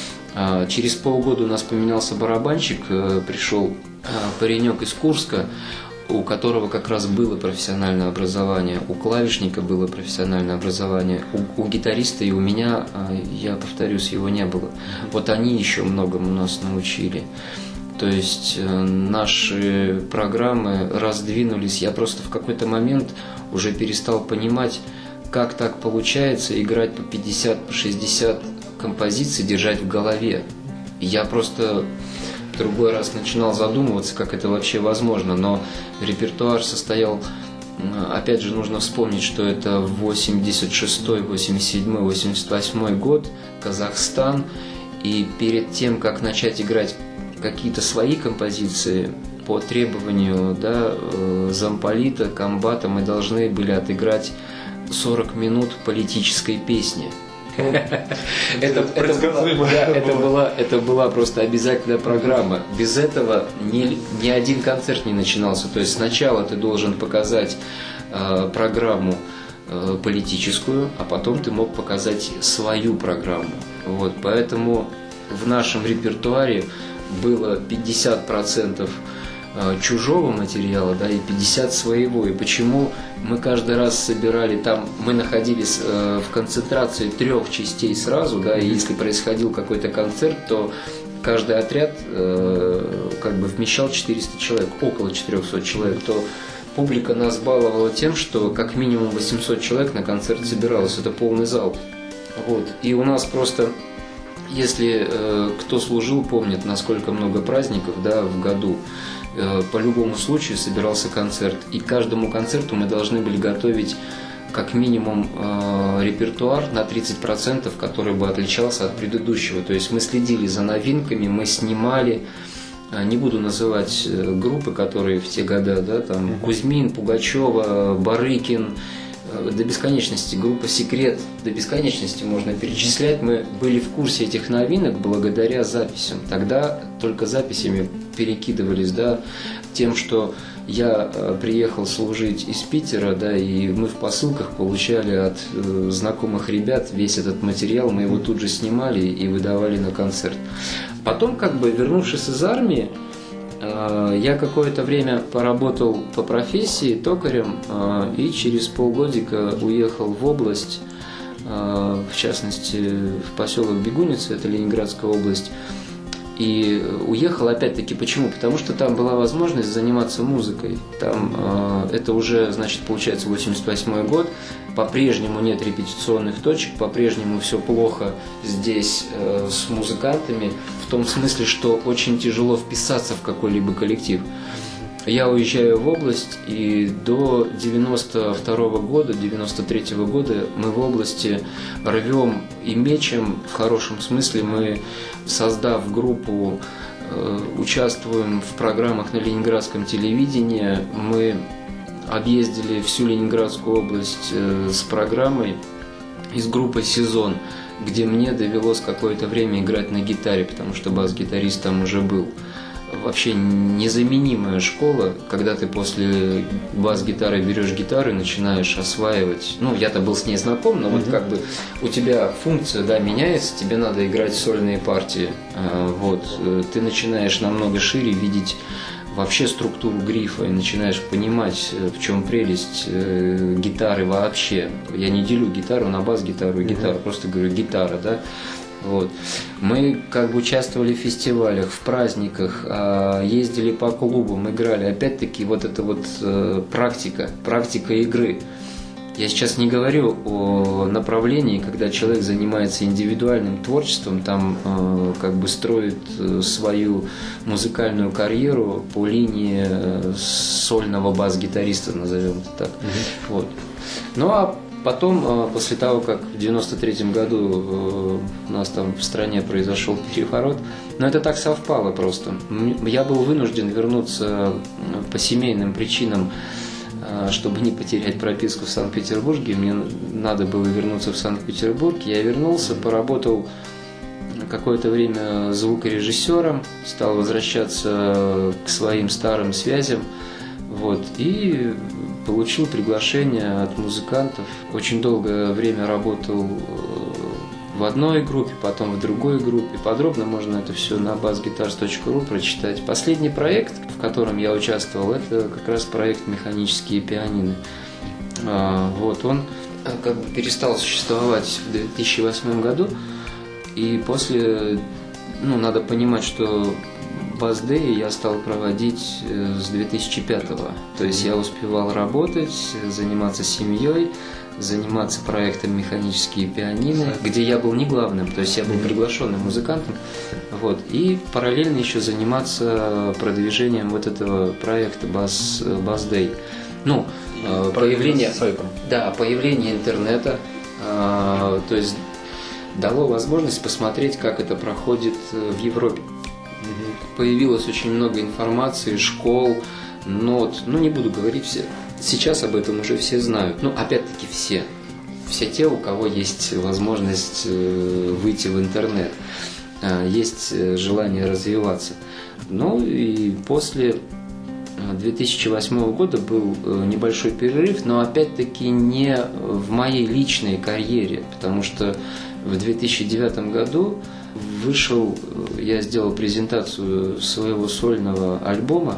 Через полгода у нас поменялся барабанщик, пришел паренек из Курска, у которого как раз было профессиональное образование, у клавишника было профессиональное образование, у гитариста и у меня, я повторюсь, его не было. Вот они еще многому нас научили. То есть наши программы раздвинулись. Я просто в какой-то момент уже перестал понимать, как так получается играть по 50, по 60 композиций, держать в голове. Я просто другой раз начинал задумываться, как это вообще возможно. Но репертуар состоял, опять же, нужно вспомнить, что это 86-й, 87-й, 88-й год, Казахстан. И перед тем, как начать играть какие-то свои композиции, по требованию, да, замполита, комбата, мы должны были отыграть 40 минут политической песни. Это была просто обязательная программа. Без этого ни один концерт не начинался. То есть сначала ты должен показать программу политическую, а потом ты мог показать свою программу. Вот, поэтому в нашем репертуаре было 50% чужого материала, да, и 50 своего. И почему мы каждый раз собирали там, мы находились в концентрации 3 частей сразу, да, и если происходил какой-то концерт, то каждый отряд как бы вмещал 400 человек, около 400 человек, то публика нас баловала тем, что как минимум 800 человек на концерт собиралось, это полный зал. Вот. И у нас просто, если кто служил, помнит, насколько много праздников, да, в году, по любому случаю собирался концерт. И к каждому концерту мы должны были готовить как минимум репертуар на 30%, который бы отличался от предыдущего. То есть мы следили за новинками, мы снимали, не буду называть группы, которые в те года, да, там Кузьмин, Пугачева, Барыкин, до бесконечности, группа «Секрет», до бесконечности можно перечислять. Мы были в курсе этих новинок благодаря записям. Тогда только записями перекидывались, да, тем, что я приехал служить из Питера, да, и мы в посылках получали от знакомых ребят весь этот материал, мы его тут же снимали и выдавали на концерт. Потом, как бы, вернувшись из армии, Я какое-то время поработал по профессии токарем и через полгодика уехал в область, в частности в поселок Бегуница, это Ленинградская область. И уехал опять-таки почему? Потому что там была возможность заниматься музыкой. Там это уже, значит, получается 88 год. По-прежнему нет репетиционных точек, по-прежнему все плохо здесь с музыкантами, в том смысле, что очень тяжело вписаться в какой-либо коллектив. Я уезжаю в область, и до 92 года, 93 года мы в области рвем и мечем, в хорошем смысле. Мы, создав группу, участвуем в программах на ленинградском телевидении. Мы объездили всю Ленинградскую область с программой и с группой «Сезон», где мне довелось какое-то время играть на гитаре, потому что бас-гитарист там уже был. Вообще незаменимая школа, когда ты после бас-гитары берешь гитару и начинаешь осваивать. Ну, я-то был с ней знаком, но вот как бы у тебя функция, да, меняется, тебе надо играть сольные партии. Вот, ты начинаешь намного шире видеть вообще структуру грифа и начинаешь понимать, в чем прелесть гитары вообще. Я не делю гитару на бас-гитару и гитару, просто говорю гитара, да. Вот. Мы как бы участвовали в фестивалях, в праздниках, ездили по клубам, играли. Опять-таки вот это вот практика игры. Я сейчас не говорю о направлении, когда человек занимается индивидуальным творчеством, там как бы строит свою музыкальную карьеру по линии сольного бас-гитариста, назовем это так. Вот. Ну а потом, после того, как в 93-м году у нас там в стране произошел переворот, но это так совпало просто. Я был вынужден вернуться по семейным причинам, чтобы не потерять прописку в Санкт-Петербурге. Мне надо было вернуться в Санкт-Петербург. Я вернулся, поработал какое-то время звукорежиссером, стал возвращаться к своим старым связям. Вот, и получил приглашение от музыкантов. Очень долгое время работал в одной группе, потом в другой группе. Подробно можно это все на bassguitars.ru прочитать. Последний проект, в котором я участвовал, это как раз проект «Механические пианино». Вот, он как бы перестал существовать в 2008 году. И после, надо понимать, что Bass-Day я стал проводить с 2005-го. То есть я успевал работать, заниматься семьей, заниматься проектом «Механические пианино», где я был не главным, то есть я был приглашенным музыкантом. Вот, и параллельно еще заниматься продвижением вот этого проекта Bass-Day. Появление интернета, то есть дало возможность посмотреть, как это проходит в Европе. Появилось очень много информации, школ, нот. Не буду говорить все. Сейчас об этом уже все знают. Опять-таки все. Все те, у кого есть возможность выйти в интернет. Есть желание развиваться. И после 2008 года был небольшой перерыв, но опять-таки не в моей личной карьере, потому что в 2009 году я сделал презентацию своего сольного альбома,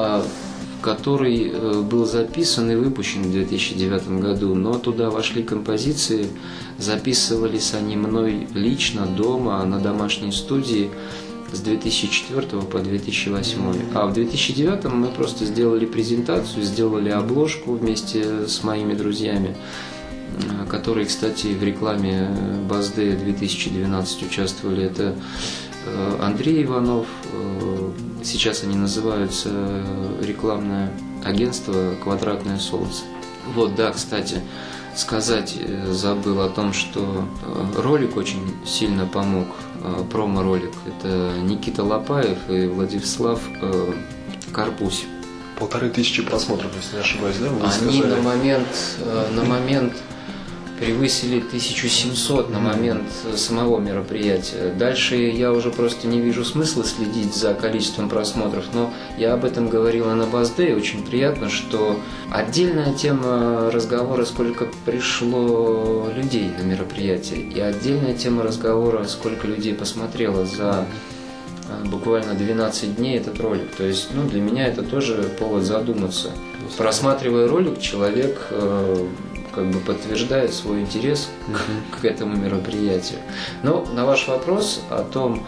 который был записан и выпущен в 2009 году, но туда вошли композиции, записывались они мной лично дома на домашней студии с 2004 по 2008. А в 2009 мы просто сделали презентацию, сделали обложку вместе с моими друзьями, которые, кстати, в рекламе Bass-Day 2012 участвовали. Это Андрей Иванов, сейчас они называются рекламное агентство «Квадратное солнце». Вот, да, кстати, сказать забыл о том, что ролик очень сильно помог, промо-ролик. Это Никита Лопаев и Владислав Карпусь. 1500 просмотров, если не ошибаюсь, да? Они на момент превысили 1700 на момент самого мероприятия. Дальше я уже просто не вижу смысла следить за количеством просмотров, но я об этом говорила на Bass-Day. Очень приятно, что отдельная тема разговора, сколько пришло людей на мероприятие, и отдельная тема разговора, сколько людей посмотрело за буквально 12 дней этот ролик. То есть, для меня это тоже повод задуматься. Просматривая ролик, человек как бы подтверждает свой интерес к этому мероприятию. Но на ваш вопрос о том,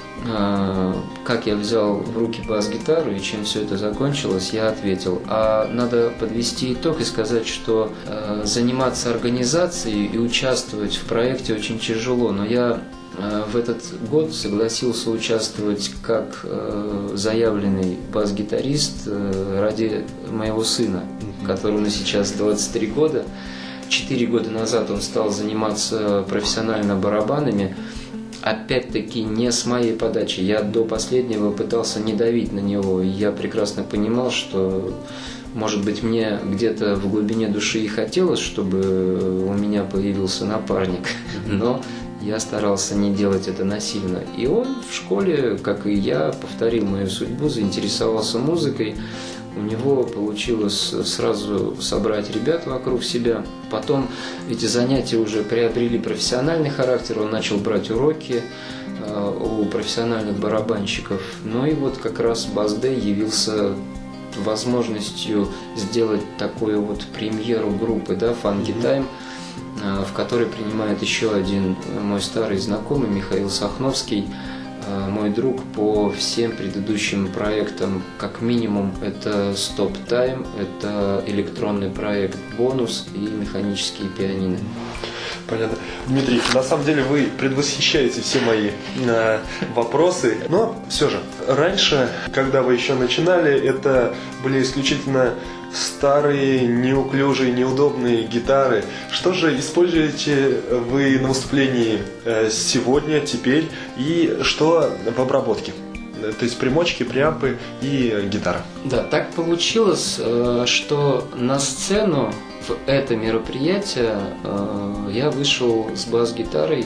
как я взял в руки бас-гитару и чем все это закончилось, я ответил. А надо подвести итог и сказать, что заниматься организацией и участвовать в проекте очень тяжело. Но я в этот год согласился участвовать как заявленный бас-гитарист ради моего сына, которому сейчас 23 года. 4 года назад он стал заниматься профессионально барабанами. Опять-таки не с моей подачи. Я до последнего пытался не давить на него. И я прекрасно понимал, что, может быть, мне где-то в глубине души и хотелось, чтобы у меня появился напарник. Но я старался не делать это насильно. И он в школе, как и я, повторил мою судьбу, заинтересовался музыкой. У него получилось сразу собрать ребят вокруг себя. Потом эти занятия уже приобрели профессиональный характер. Он начал брать уроки у профессиональных барабанщиков. Ну и вот как раз Бас-Дэй явился возможностью сделать такую вот премьеру группы, Funky Time, в которой принимает еще один мой старый знакомый Михаил Сахновский, мой друг по всем предыдущим проектам. Как минимум это Stop Time, это электронный проект Бонус и механические пианино. Понятно. Дмитрий, на самом деле вы предвосхищаете все мои вопросы, но все же, раньше, когда вы еще начинали, это были исключительно старые, неуклюжие, неудобные гитары. Что же используете вы на выступлении сегодня, теперь, и что в обработке? То есть примочки, преампы и гитара. Да, так получилось, что на сцену в это мероприятие я вышел с бас-гитарой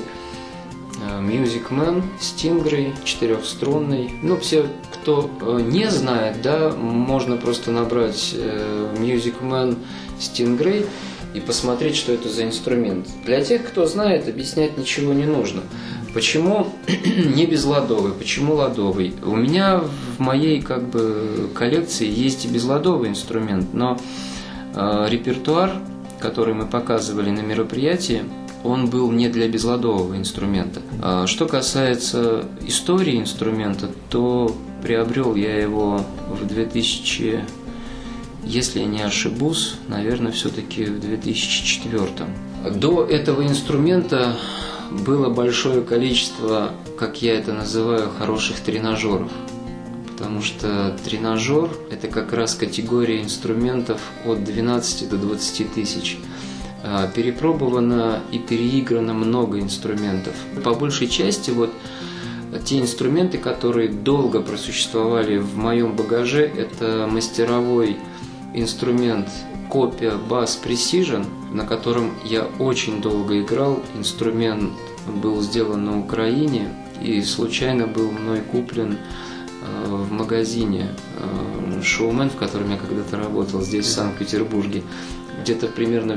Music Man, Stingray, 4-струнный. Все, кто не знает, можно просто набрать Music Man, Stingray и посмотреть, что это за инструмент. Для тех, кто знает, объяснять ничего не нужно. Почему не безладовый, почему ладовый? У меня в моей коллекции есть и безладовый инструмент, но репертуар, который мы показывали на мероприятии, он был не для безладового инструмента. Что касается истории инструмента, то приобрел я его в 2000, если я не ошибусь, наверное, все-таки в 2004. До этого инструмента было большое количество, как я это называю, хороших тренажеров. Потому что тренажер – это как раз категория инструментов от 12 до 20 тысяч. Перепробовано и переиграно много инструментов. По большей части те инструменты, которые долго просуществовали в моем багаже, это мастеровой инструмент копия Bass Precision, на котором я очень долго играл. Инструмент был сделан на Украине и случайно был мной куплен в магазине Showman, в котором я когда-то работал здесь, в Санкт-Петербурге, где-то примерно в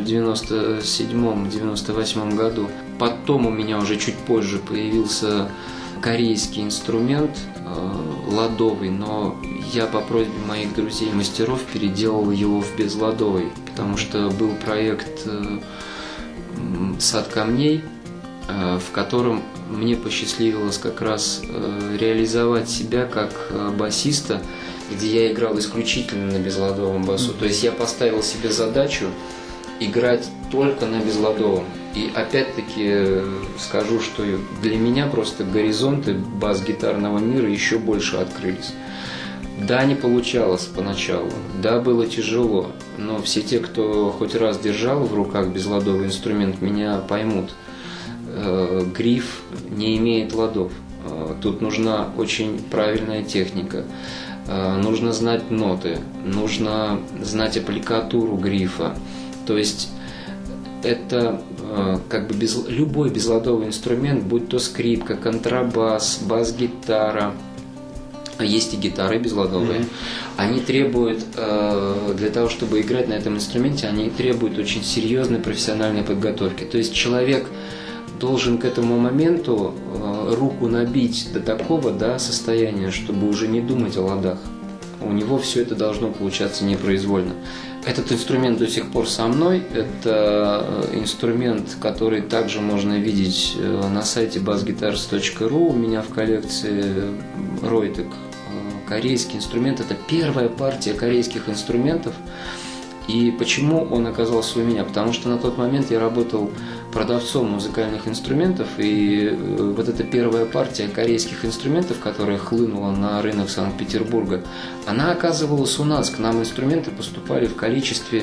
97-98 году. Потом у меня уже чуть позже появился корейский инструмент, ладовый, но я по просьбе моих друзей-мастеров переделал его в безладовый, потому что был проект «Сад камней», в котором мне посчастливилось как раз реализовать себя как басиста, где я играл исключительно на безладовом басу. То есть я поставил себе задачу играть только на безладовом. И опять-таки скажу, что для меня просто горизонты бас-гитарного мира еще больше открылись. Да, не получалось поначалу, да, было тяжело, но все те, кто хоть раз держал в руках безладовый инструмент, меня поймут. Гриф не имеет ладов. Тут нужна очень правильная техника. Нужно знать ноты, нужно знать аппликатуру грифа. То есть это любой безладовый инструмент, будь то скрипка, контрабас, бас-гитара, есть и гитары безладовые, они требуют, для того, чтобы играть на этом инструменте, они требуют очень серьезной профессиональной подготовки. То есть человек должен к этому моменту руку набить до такого, да, состояния, чтобы уже не думать о ладах. У него все это должно получаться непроизвольно. Этот инструмент до сих пор со мной. Это инструмент, который также можно видеть на сайте bassguitars.ru. У меня в коллекции Ройтек. Корейский инструмент. Это первая партия корейских инструментов. И почему он оказался у меня? Потому что на тот момент я работал продавцом музыкальных инструментов, и вот эта первая партия корейских инструментов, которая хлынула на рынок Санкт-Петербурга, она оказывалась у нас. К нам инструменты поступали в количестве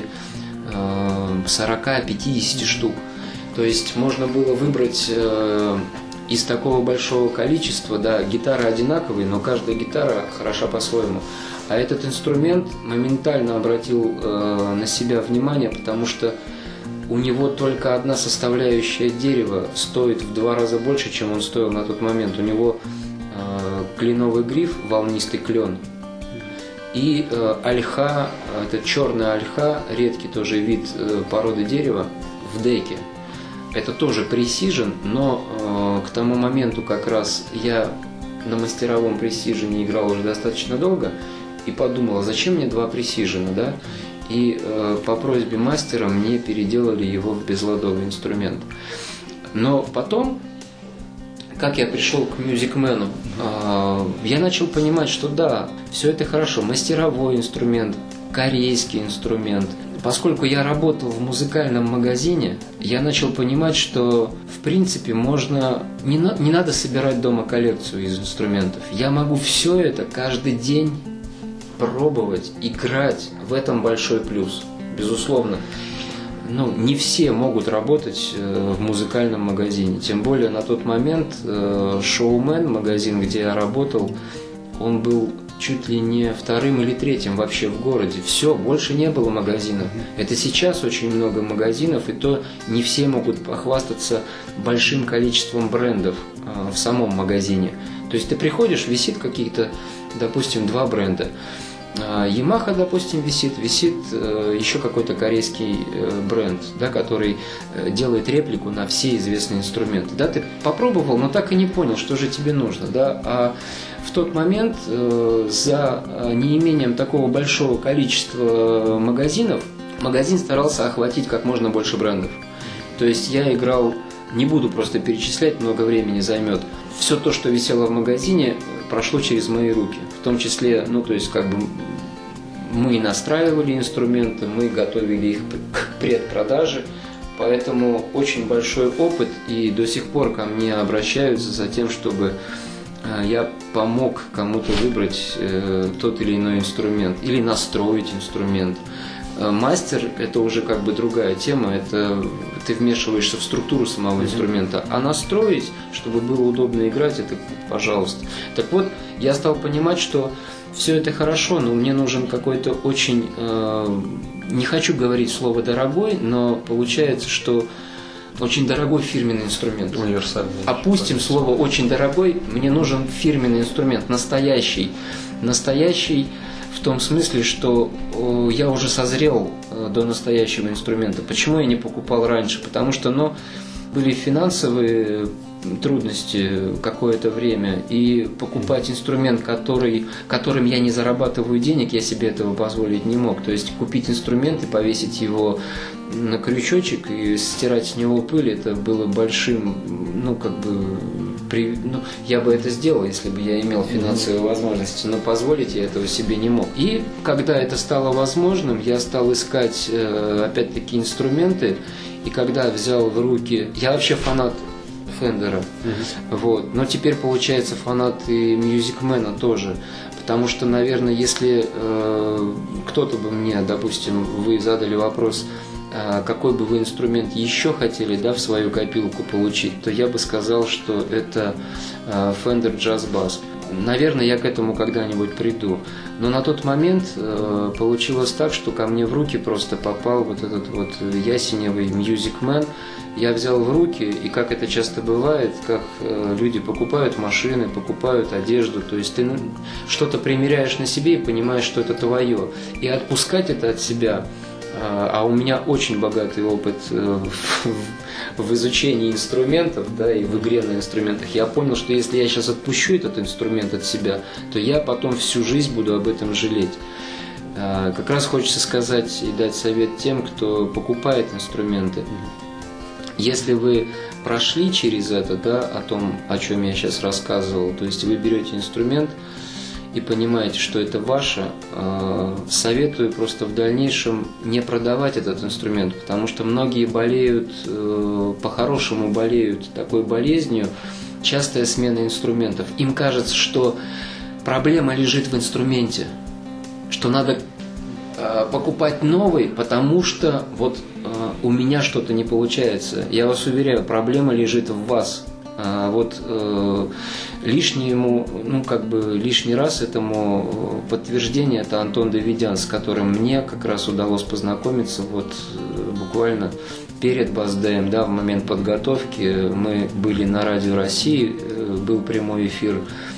40-50 штук. То есть можно было выбрать из такого большого количества, да, гитары одинаковые, но каждая гитара хороша по-своему. А этот инструмент моментально обратил на себя внимание, потому что у него только одна составляющая дерева стоит в 2 раза больше, чем он стоил на тот момент. У него кленовый гриф, волнистый клен, и ольха, это черная ольха, редкий тоже вид породы дерева в деке. Это тоже пресижен, но к тому моменту как раз я на мастеровом пресижене играл уже достаточно долго и подумал, а зачем мне 2 пресижена, да? И по просьбе мастера мне переделали его в безладовый инструмент. Но потом, как я пришел к мюзикмену, я начал понимать, что да, все это хорошо, мастеровой инструмент, корейский инструмент. Поскольку я работал в музыкальном магазине, я начал понимать, что в принципе можно, не надо собирать дома коллекцию из инструментов. Я могу все это каждый день пробовать, играть. В этом большой плюс, безусловно. Не все могут работать в музыкальном магазине. Тем более на тот момент Шоумен, магазин, где я работал, он был чуть ли не 2-м или 3-м вообще в городе. Все, больше не было магазинов. Это сейчас очень много магазинов, и то не все могут похвастаться большим количеством брендов в самом магазине. То есть ты приходишь, висит какие-то, допустим, 2 бренда. Yamaha, допустим, висит еще какой-то корейский бренд, да, который делает реплику на все известные инструменты. Да, ты попробовал, но так и не понял, что же тебе нужно. Да? А в тот момент за неимением такого большого количества магазинов, магазин старался охватить как можно больше брендов. То есть я играл, не буду просто перечислять, много времени займет. Все то, что висело в магазине, прошло через мои руки. В том числе, мы настраивали инструменты, мы готовили их к предпродаже. Поэтому очень большой опыт, и до сих пор ко мне обращаются за тем, чтобы я помог кому-то выбрать тот или иной инструмент или настроить инструмент. Мастер – это уже как бы другая тема, это ты вмешиваешься в структуру самого инструмента, а настроить, чтобы было удобно играть, это пожалуйста. Так вот, я стал понимать, что все это хорошо, но мне нужен какой-то очень, не хочу говорить слово «дорогой», но получается, что очень дорогой фирменный инструмент. Универсальный. Опустим слово «очень дорогой», мне нужен фирменный инструмент, настоящий. Настоящий в том смысле, что я уже созрел до настоящего инструмента. Почему я не покупал раньше? Потому что, были финансовые трудности какое-то время, и покупать инструмент, которым я не зарабатываю денег, я себе этого позволить не мог. То есть купить инструмент и повесить его на крючочек и стирать с него пыль, это было большим, я бы это сделал, если бы я имел финансовые возможности, но позволить я этого себе не мог. И когда это стало возможным, я стал искать, опять-таки, инструменты, и когда взял в руки, я вообще фанат Фендера, но теперь получается фанат и мюзикмена тоже, потому что, наверное, если кто-то бы мне, допустим, вы задали вопрос, какой бы вы инструмент еще хотели, в свою копилку получить, то я бы сказал, что это Fender Jazz Bass. Наверное, я к этому когда-нибудь приду. Но на тот момент получилось так, что ко мне в руки просто попал вот этот вот ясеневый мюзикмен. Я взял в руки, и как это часто бывает, как люди покупают машины, покупают одежду, то есть ты что-то примеряешь на себе и понимаешь, что это твое. И отпускать это от себя а у меня очень богатый опыт в изучении инструментов, да, и в игре на инструментах, я понял, что если я сейчас отпущу этот инструмент от себя, то я потом всю жизнь буду об этом жалеть. Как раз хочется сказать и дать совет тем, кто покупает инструменты. Если вы прошли через это, да, о том, о чем я сейчас рассказывал, то есть вы берете инструмент и понимаете, что это ваше, советую просто в дальнейшем не продавать этот инструмент, потому что многие болеют, по-хорошему болеют такой болезнью, частая смена инструментов. Им кажется, что проблема лежит в инструменте, что надо покупать новый, потому что вот у меня что-то не получается. Я вас уверяю, проблема лежит в вас. Лишний раз этому подтверждение это Антон Давидян, с которым мне как раз удалось познакомиться буквально перед Бас-Дэем, да, в момент подготовки. Мы были на Радио России, был прямой эфир,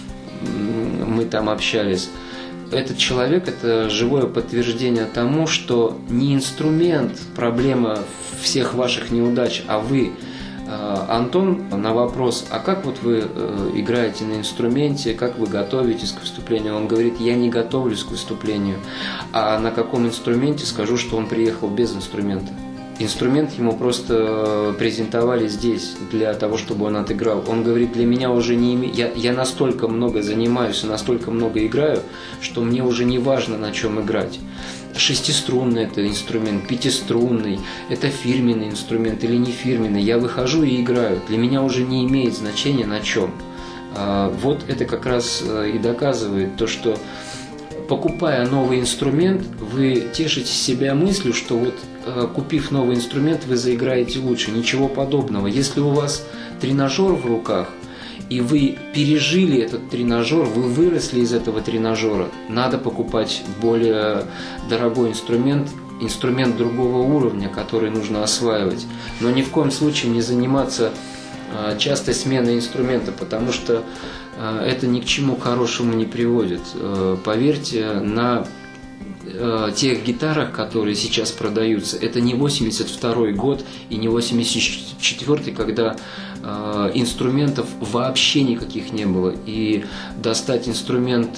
мы там общались. Этот человек – это живое подтверждение тому, что не инструмент проблема всех ваших неудач, а вы. Антон на вопрос, а как вы играете на инструменте, как вы готовитесь к выступлению, он говорит, я не готовлюсь к выступлению, а на каком инструменте, скажу, что он приехал без инструмента. Инструмент ему просто презентовали здесь для того, чтобы он отыграл. Он говорит, для меня уже я настолько много занимаюсь и настолько много играю, что мне уже не важно, на чем играть. Шестиструнный это инструмент, пятиструнный, это фирменный инструмент или не фирменный. Я выхожу и играю. Для меня уже не имеет значения на чем. Вот это как раз и доказывает то, что покупая новый инструмент, вы тешите себя мыслью, что купив новый инструмент, вы заиграете лучше. Ничего подобного. Если у вас тренажер в руках, и вы пережили этот тренажер, вы выросли из этого тренажера, надо покупать более дорогой инструмент другого уровня, который нужно осваивать. Но ни в коем случае не заниматься частой сменой инструмента, потому что это ни к чему хорошему не приводит. Поверьте, на тех гитарах, которые сейчас продаются, это не 82-й год и не 84-й, когда инструментов вообще никаких не было. И достать инструмент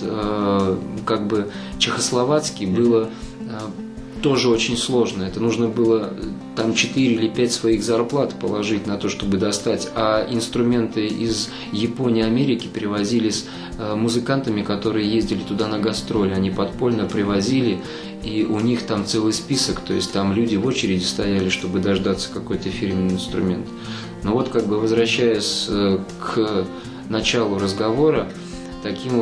чехословацкий было тоже очень сложно. Это нужно было там 4 или 5 своих зарплат положить на то, чтобы достать. А инструменты из Японии, Америки привозились музыкантами, которые ездили туда на гастроли. Они подпольно привозили, и у них там целый список. То есть там люди в очереди стояли, чтобы дождаться какой-то фирменный инструмент. Но возвращаясь к началу разговора, таким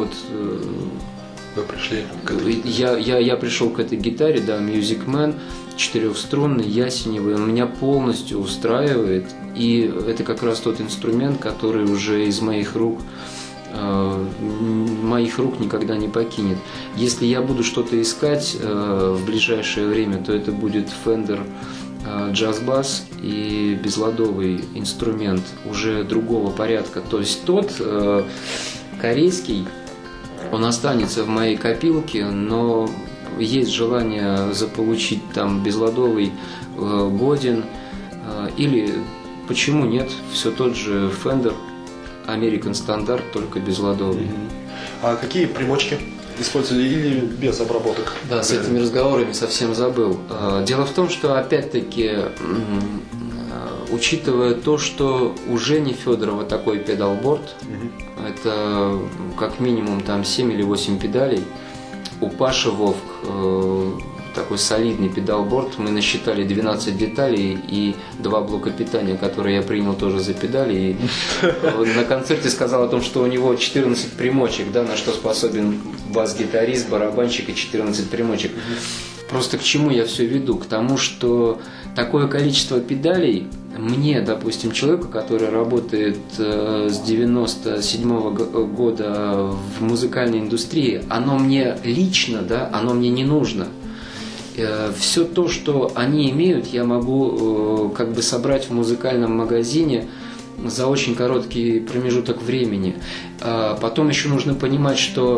вы пришли к я пришел к этой гитаре, да, Music Man, 4-струнный, ясеневый, он меня полностью устраивает, и это как раз тот инструмент, который уже из моих рук никогда не покинет. Если я буду что-то искать в ближайшее время, то это будет Fender Jazz Bass и безладовый инструмент уже другого порядка. То есть тот корейский, он останется в моей копилке, но есть желание заполучить там безладовый Godin или, почему нет, все тот же Fender American стандарт, только безладовый. А какие примочки использовали или без обработок? Да, с этими разговорами совсем забыл. Дело в том, что опять-таки, учитывая то, что у Жени Федорова такой педалборд, это как минимум там 7 или 8 педалей, у Паши Вовк такой солидный педалборд, мы насчитали 12 деталей и 2 блока питания, которые я принял тоже за педали, и на концерте сказал о том, что у него 14 примочек, да, на что способен бас-гитарист, барабанщик и 14 примочек. Просто к чему я все веду? К тому, что такое количество педалей мне, допустим, человеку, который работает с 97-го года в музыкальной индустрии, оно мне лично, да, оно мне не нужно. Все то, что они имеют, я могу собрать в музыкальном магазине за очень короткий промежуток времени. Потом еще нужно понимать, что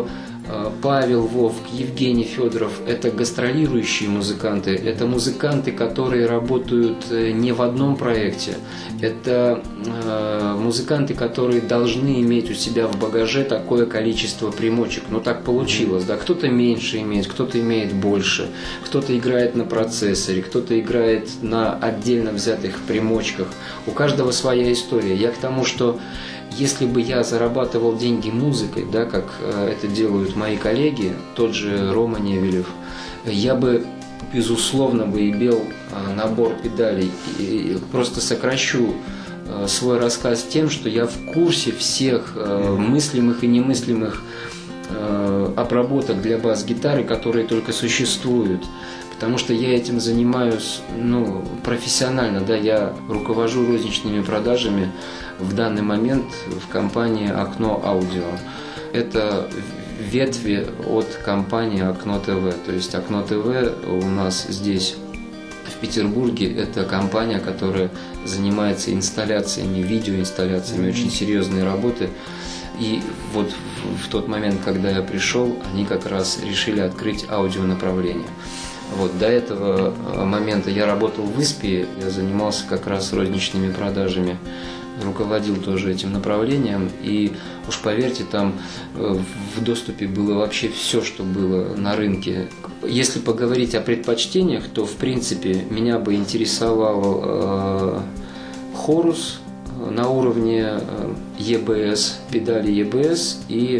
Павел Вовк, Евгений Федоров – это гастролирующие музыканты, это музыканты, которые работают не в одном проекте, это музыканты, которые должны иметь у себя в багаже такое количество примочек. Ну так получилось, да, кто-то меньше имеет, кто-то имеет больше, кто-то играет на процессоре, кто-то играет на отдельно взятых примочках, у каждого своя история. Я к тому, что если бы я зарабатывал деньги музыкой, да, как это делают мои коллеги, тот же Рома Невелев, я бы, безусловно, бы имел набор педалей. И просто сокращу свой рассказ тем, что я в курсе всех мыслимых и немыслимых обработок для бас-гитары, которые только существуют. Потому что я этим занимаюсь профессионально, да, я руковожу розничными продажами в данный момент в компании «Окно Аудио». Это ветви от компании «Окно ТВ». То есть «Окно ТВ» у нас здесь в Петербурге, это компания, которая занимается инсталляциями, видеоинсталляциями, очень серьезные работы. И вот в тот момент, когда я пришел, они как раз решили открыть аудионаправление. Вот, до этого момента я работал в ИСПе, я занимался как раз розничными продажами, руководил тоже этим направлением, и уж поверьте, там в доступе было вообще все, что было на рынке. Если поговорить о предпочтениях, то в принципе меня бы интересовал хорус на уровне EBS, педали EBS и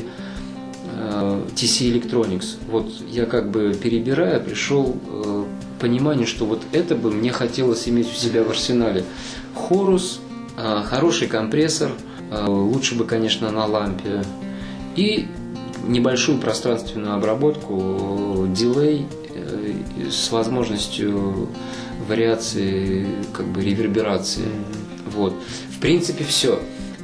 TC Electronics. Вот я как бы перебирая, пришел к пониманию, что вот это бы мне хотелось иметь у себя в арсенале. Хорус, хороший компрессор, лучше бы, конечно, на лампе, и небольшую пространственную обработку, дилей с возможностью вариации, как бы реверберации. Вот. В принципе, все.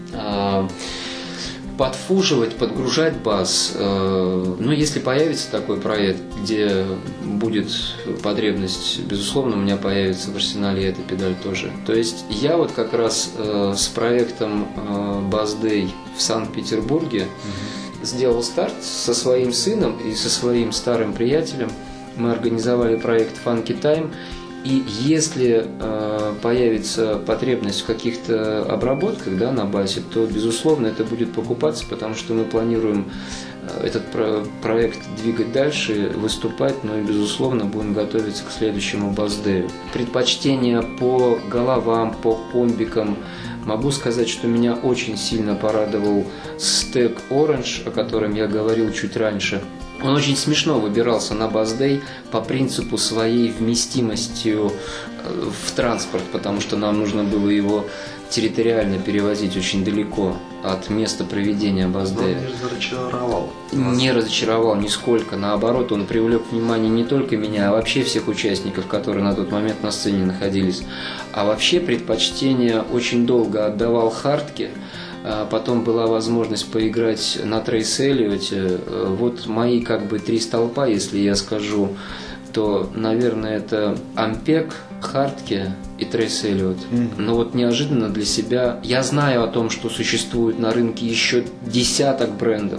Подфуживать, подгружать бас. Если появится такой проект, где будет потребность, безусловно, у меня появится в арсенале эта педаль тоже. То есть я вот как раз с проектом Bass Day в Санкт-Петербурге сделал старт со своим сыном и со своим старым приятелем. Мы организовали проект Funky Time. И если появится потребность в каких-то обработках, да, на басе, то, безусловно, это будет покупаться, потому что мы планируем этот проект двигать дальше, выступать, но и, безусловно, будем готовиться к следующему бас-дэю. Предпочтения по головам, по комбикам. Могу сказать, что меня очень сильно порадовал Stack Orange, о котором я говорил чуть раньше. Он очень смешно выбирался на бас-дэй по принципу своей вместимостью в транспорт, потому что нам нужно было его территориально перевозить очень далеко от места проведения бас-дэя. Но не разочаровал? Не разочаровал нисколько. Наоборот, он привлек внимание не только меня, а вообще всех участников, которые на тот момент на сцене находились. А вообще предпочтение очень долго отдавал хардке. Потом была возможность поиграть на Трейс Эллиоте. Вот мои как бы три столпа, если я скажу, то, наверное, это Ампек, Хартке и Трейс Эллиот. Но вот неожиданно для себя я знаю о том, что существует на рынке еще десяток брендов.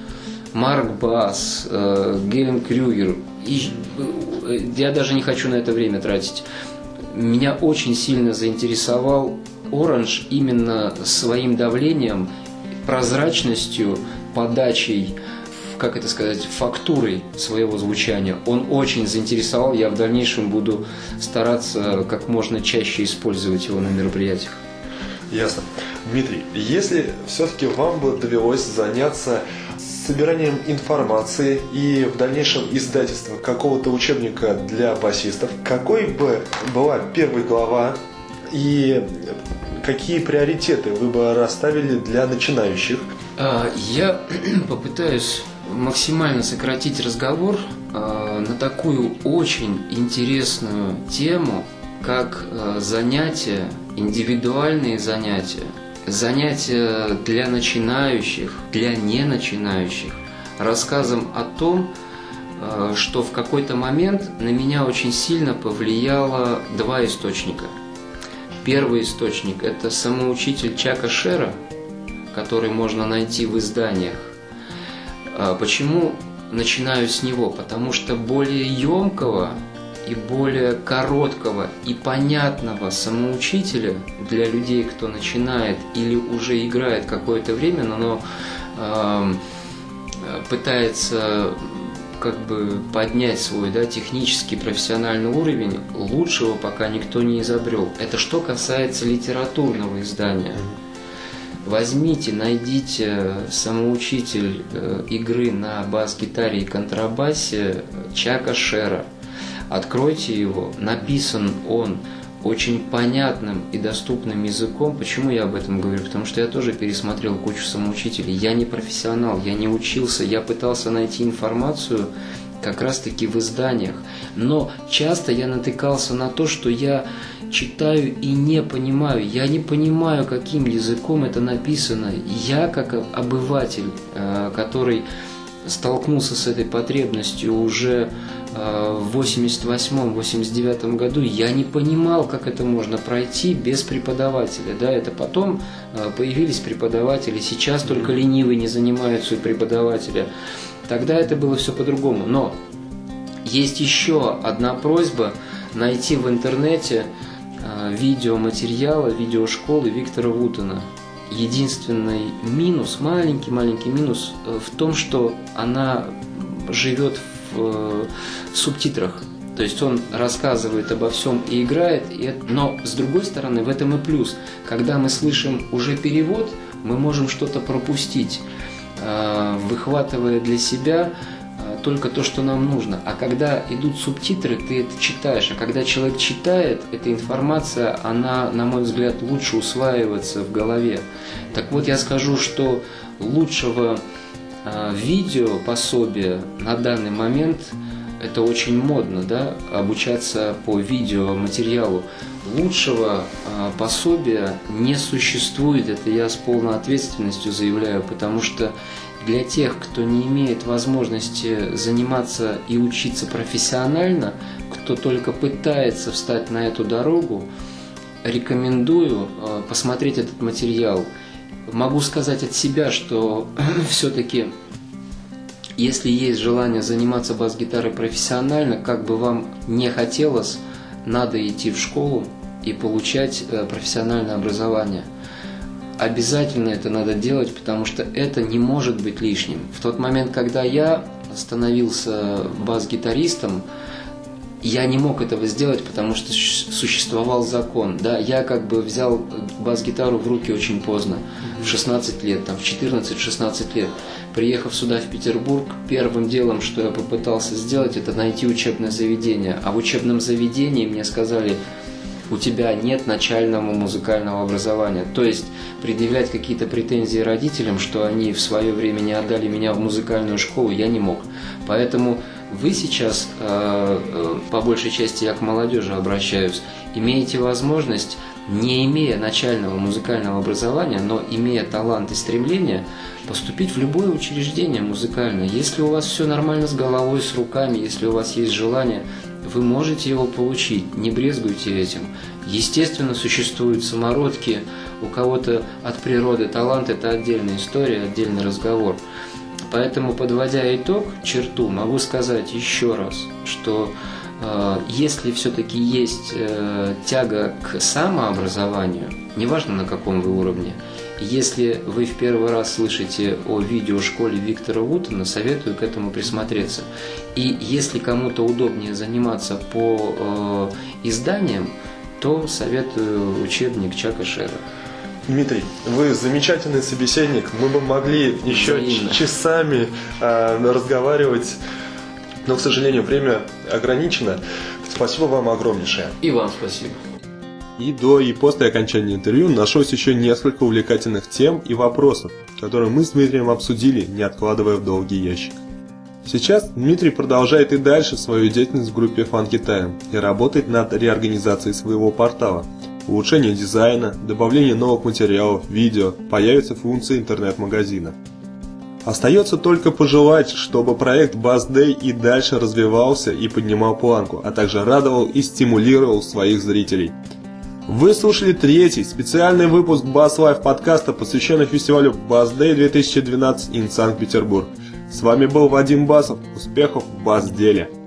Марк Бас, Гелен Крюгер. И я даже не хочу на это время тратить. Меня очень сильно заинтересовал Orange именно своим давлением, прозрачностью, подачей, как это сказать, фактурой своего звучания. Он очень заинтересовал, я в дальнейшем буду стараться как можно чаще использовать его на мероприятиях. Ясно. Дмитрий, если все-таки вам бы довелось заняться собиранием информации и в дальнейшем издательством какого-то учебника для басистов, какой бы была первая глава и какие приоритеты вы бы расставили для начинающих? Я попытаюсь максимально сократить разговор на такую очень интересную тему, как занятия, индивидуальные занятия, занятия для начинающих, для неначинающих, рассказом о том, что в какой-то момент на меня очень сильно повлияло два источника. Первый источник – это самоучитель Чака Шера, который можно найти в изданиях. Почему начинаю с него? Потому что более емкого и более короткого и понятного самоучителя для людей, кто начинает или уже играет какое-то время, но пытается как бы поднять свой технический профессиональный уровень, лучшего пока никто не изобрел. Это что касается литературного издания. Возьмите, найдите самоучитель игры на бас-гитаре и контрабасе Чака Шера. Откройте его, написан он очень понятным и доступным языком. Почему я об этом говорю? Потому что я тоже пересмотрел кучу самоучителей. Я не профессионал, я не учился, я пытался найти информацию как раз-таки в изданиях. Но часто я натыкался на то, что я читаю и не понимаю. Я не понимаю, каким языком это написано. Я, как обыватель, который столкнулся с этой потребностью уже в 88-89 году, я не понимал, как это можно пройти без преподавателя. Это потом появились преподаватели, сейчас только ленивые не занимаются у преподавателя. Тогда это было все по-другому. Но есть еще одна просьба: найти в интернете видеоматериалы, видеошколы Виктора Вутона. Единственный минус, маленький минус в том, что она живет в субтитрах. То есть он рассказывает обо всем и играет, но с другой стороны в этом и плюс. Когда мы слышим уже перевод, мы можем что-то пропустить, выхватывая для себя только то, что нам нужно. А когда идут субтитры, ты это читаешь. А когда человек читает, эта информация, она, на мой взгляд, лучше усваивается в голове. Так вот, я скажу, что лучшего видео пособия на данный момент, это очень модно, обучаться по видеоматериалу. Лучшего пособия не существует, это я с полной ответственностью заявляю, потому что для тех, кто не имеет возможности заниматься и учиться профессионально, кто только пытается встать на эту дорогу, рекомендую посмотреть этот материал. Могу сказать от себя, что все-таки, если есть желание заниматься бас-гитарой профессионально, как бы вам не хотелось, надо идти в школу и получать профессиональное образование. Обязательно это надо делать, потому что это не может быть лишним. В тот момент, когда я становился бас-гитаристом, я не мог этого сделать, потому что существовал закон. Я как бы взял бас-гитару в руки очень поздно, в 16 лет, в 14-16 лет. Приехав сюда, в Петербург, первым делом, что я попытался сделать, это найти учебное заведение. А в учебном заведении мне сказали: у тебя нет начального музыкального образования. То есть предъявлять какие-то претензии родителям, что они в свое время не отдали меня в музыкальную школу, я не мог. Поэтому вы сейчас, по большей части я к молодежи обращаюсь, имеете возможность, не имея начального музыкального образования, но имея талант и стремление, поступить в любое учреждение музыкальное. Если у вас все нормально с головой, с руками, если у вас есть желание, вы можете его получить, не брезгуйте этим. Естественно, существуют самородки, у кого-то от природы талант – это отдельная история, отдельный разговор. Поэтому, подводя итог, черту, могу сказать еще раз, что если все-таки есть тяга к самообразованию, неважно на каком вы уровне, если вы в первый раз слышите о видеошколе Виктора Вутона, советую к этому присмотреться. И если кому-то удобнее заниматься по изданиям, то советую учебник Чака Шера. Дмитрий, вы замечательный собеседник. Мы бы могли еще часами разговаривать, но, к сожалению, время ограничено. Спасибо вам огромнейшее. И вам спасибо. И до, и после окончания интервью нашлось еще несколько увлекательных тем и вопросов, которые мы с Дмитрием обсудили, не откладывая в долгий ящик. Сейчас Дмитрий продолжает и дальше свою деятельность в группе Funky Time и работает над реорганизацией своего портала. Улучшение дизайна, добавление новых материалов, видео, появятся функции интернет-магазина. Остается только пожелать, чтобы проект Bass Day и дальше развивался и поднимал планку, а также радовал и стимулировал своих зрителей. Вы слушали третий специальный выпуск Bass Live подкаста, посвященный фестивалю Bass Day 2012 in Санкт-Петербург. С вами был Вадим Басов. Успехов в бас-деле!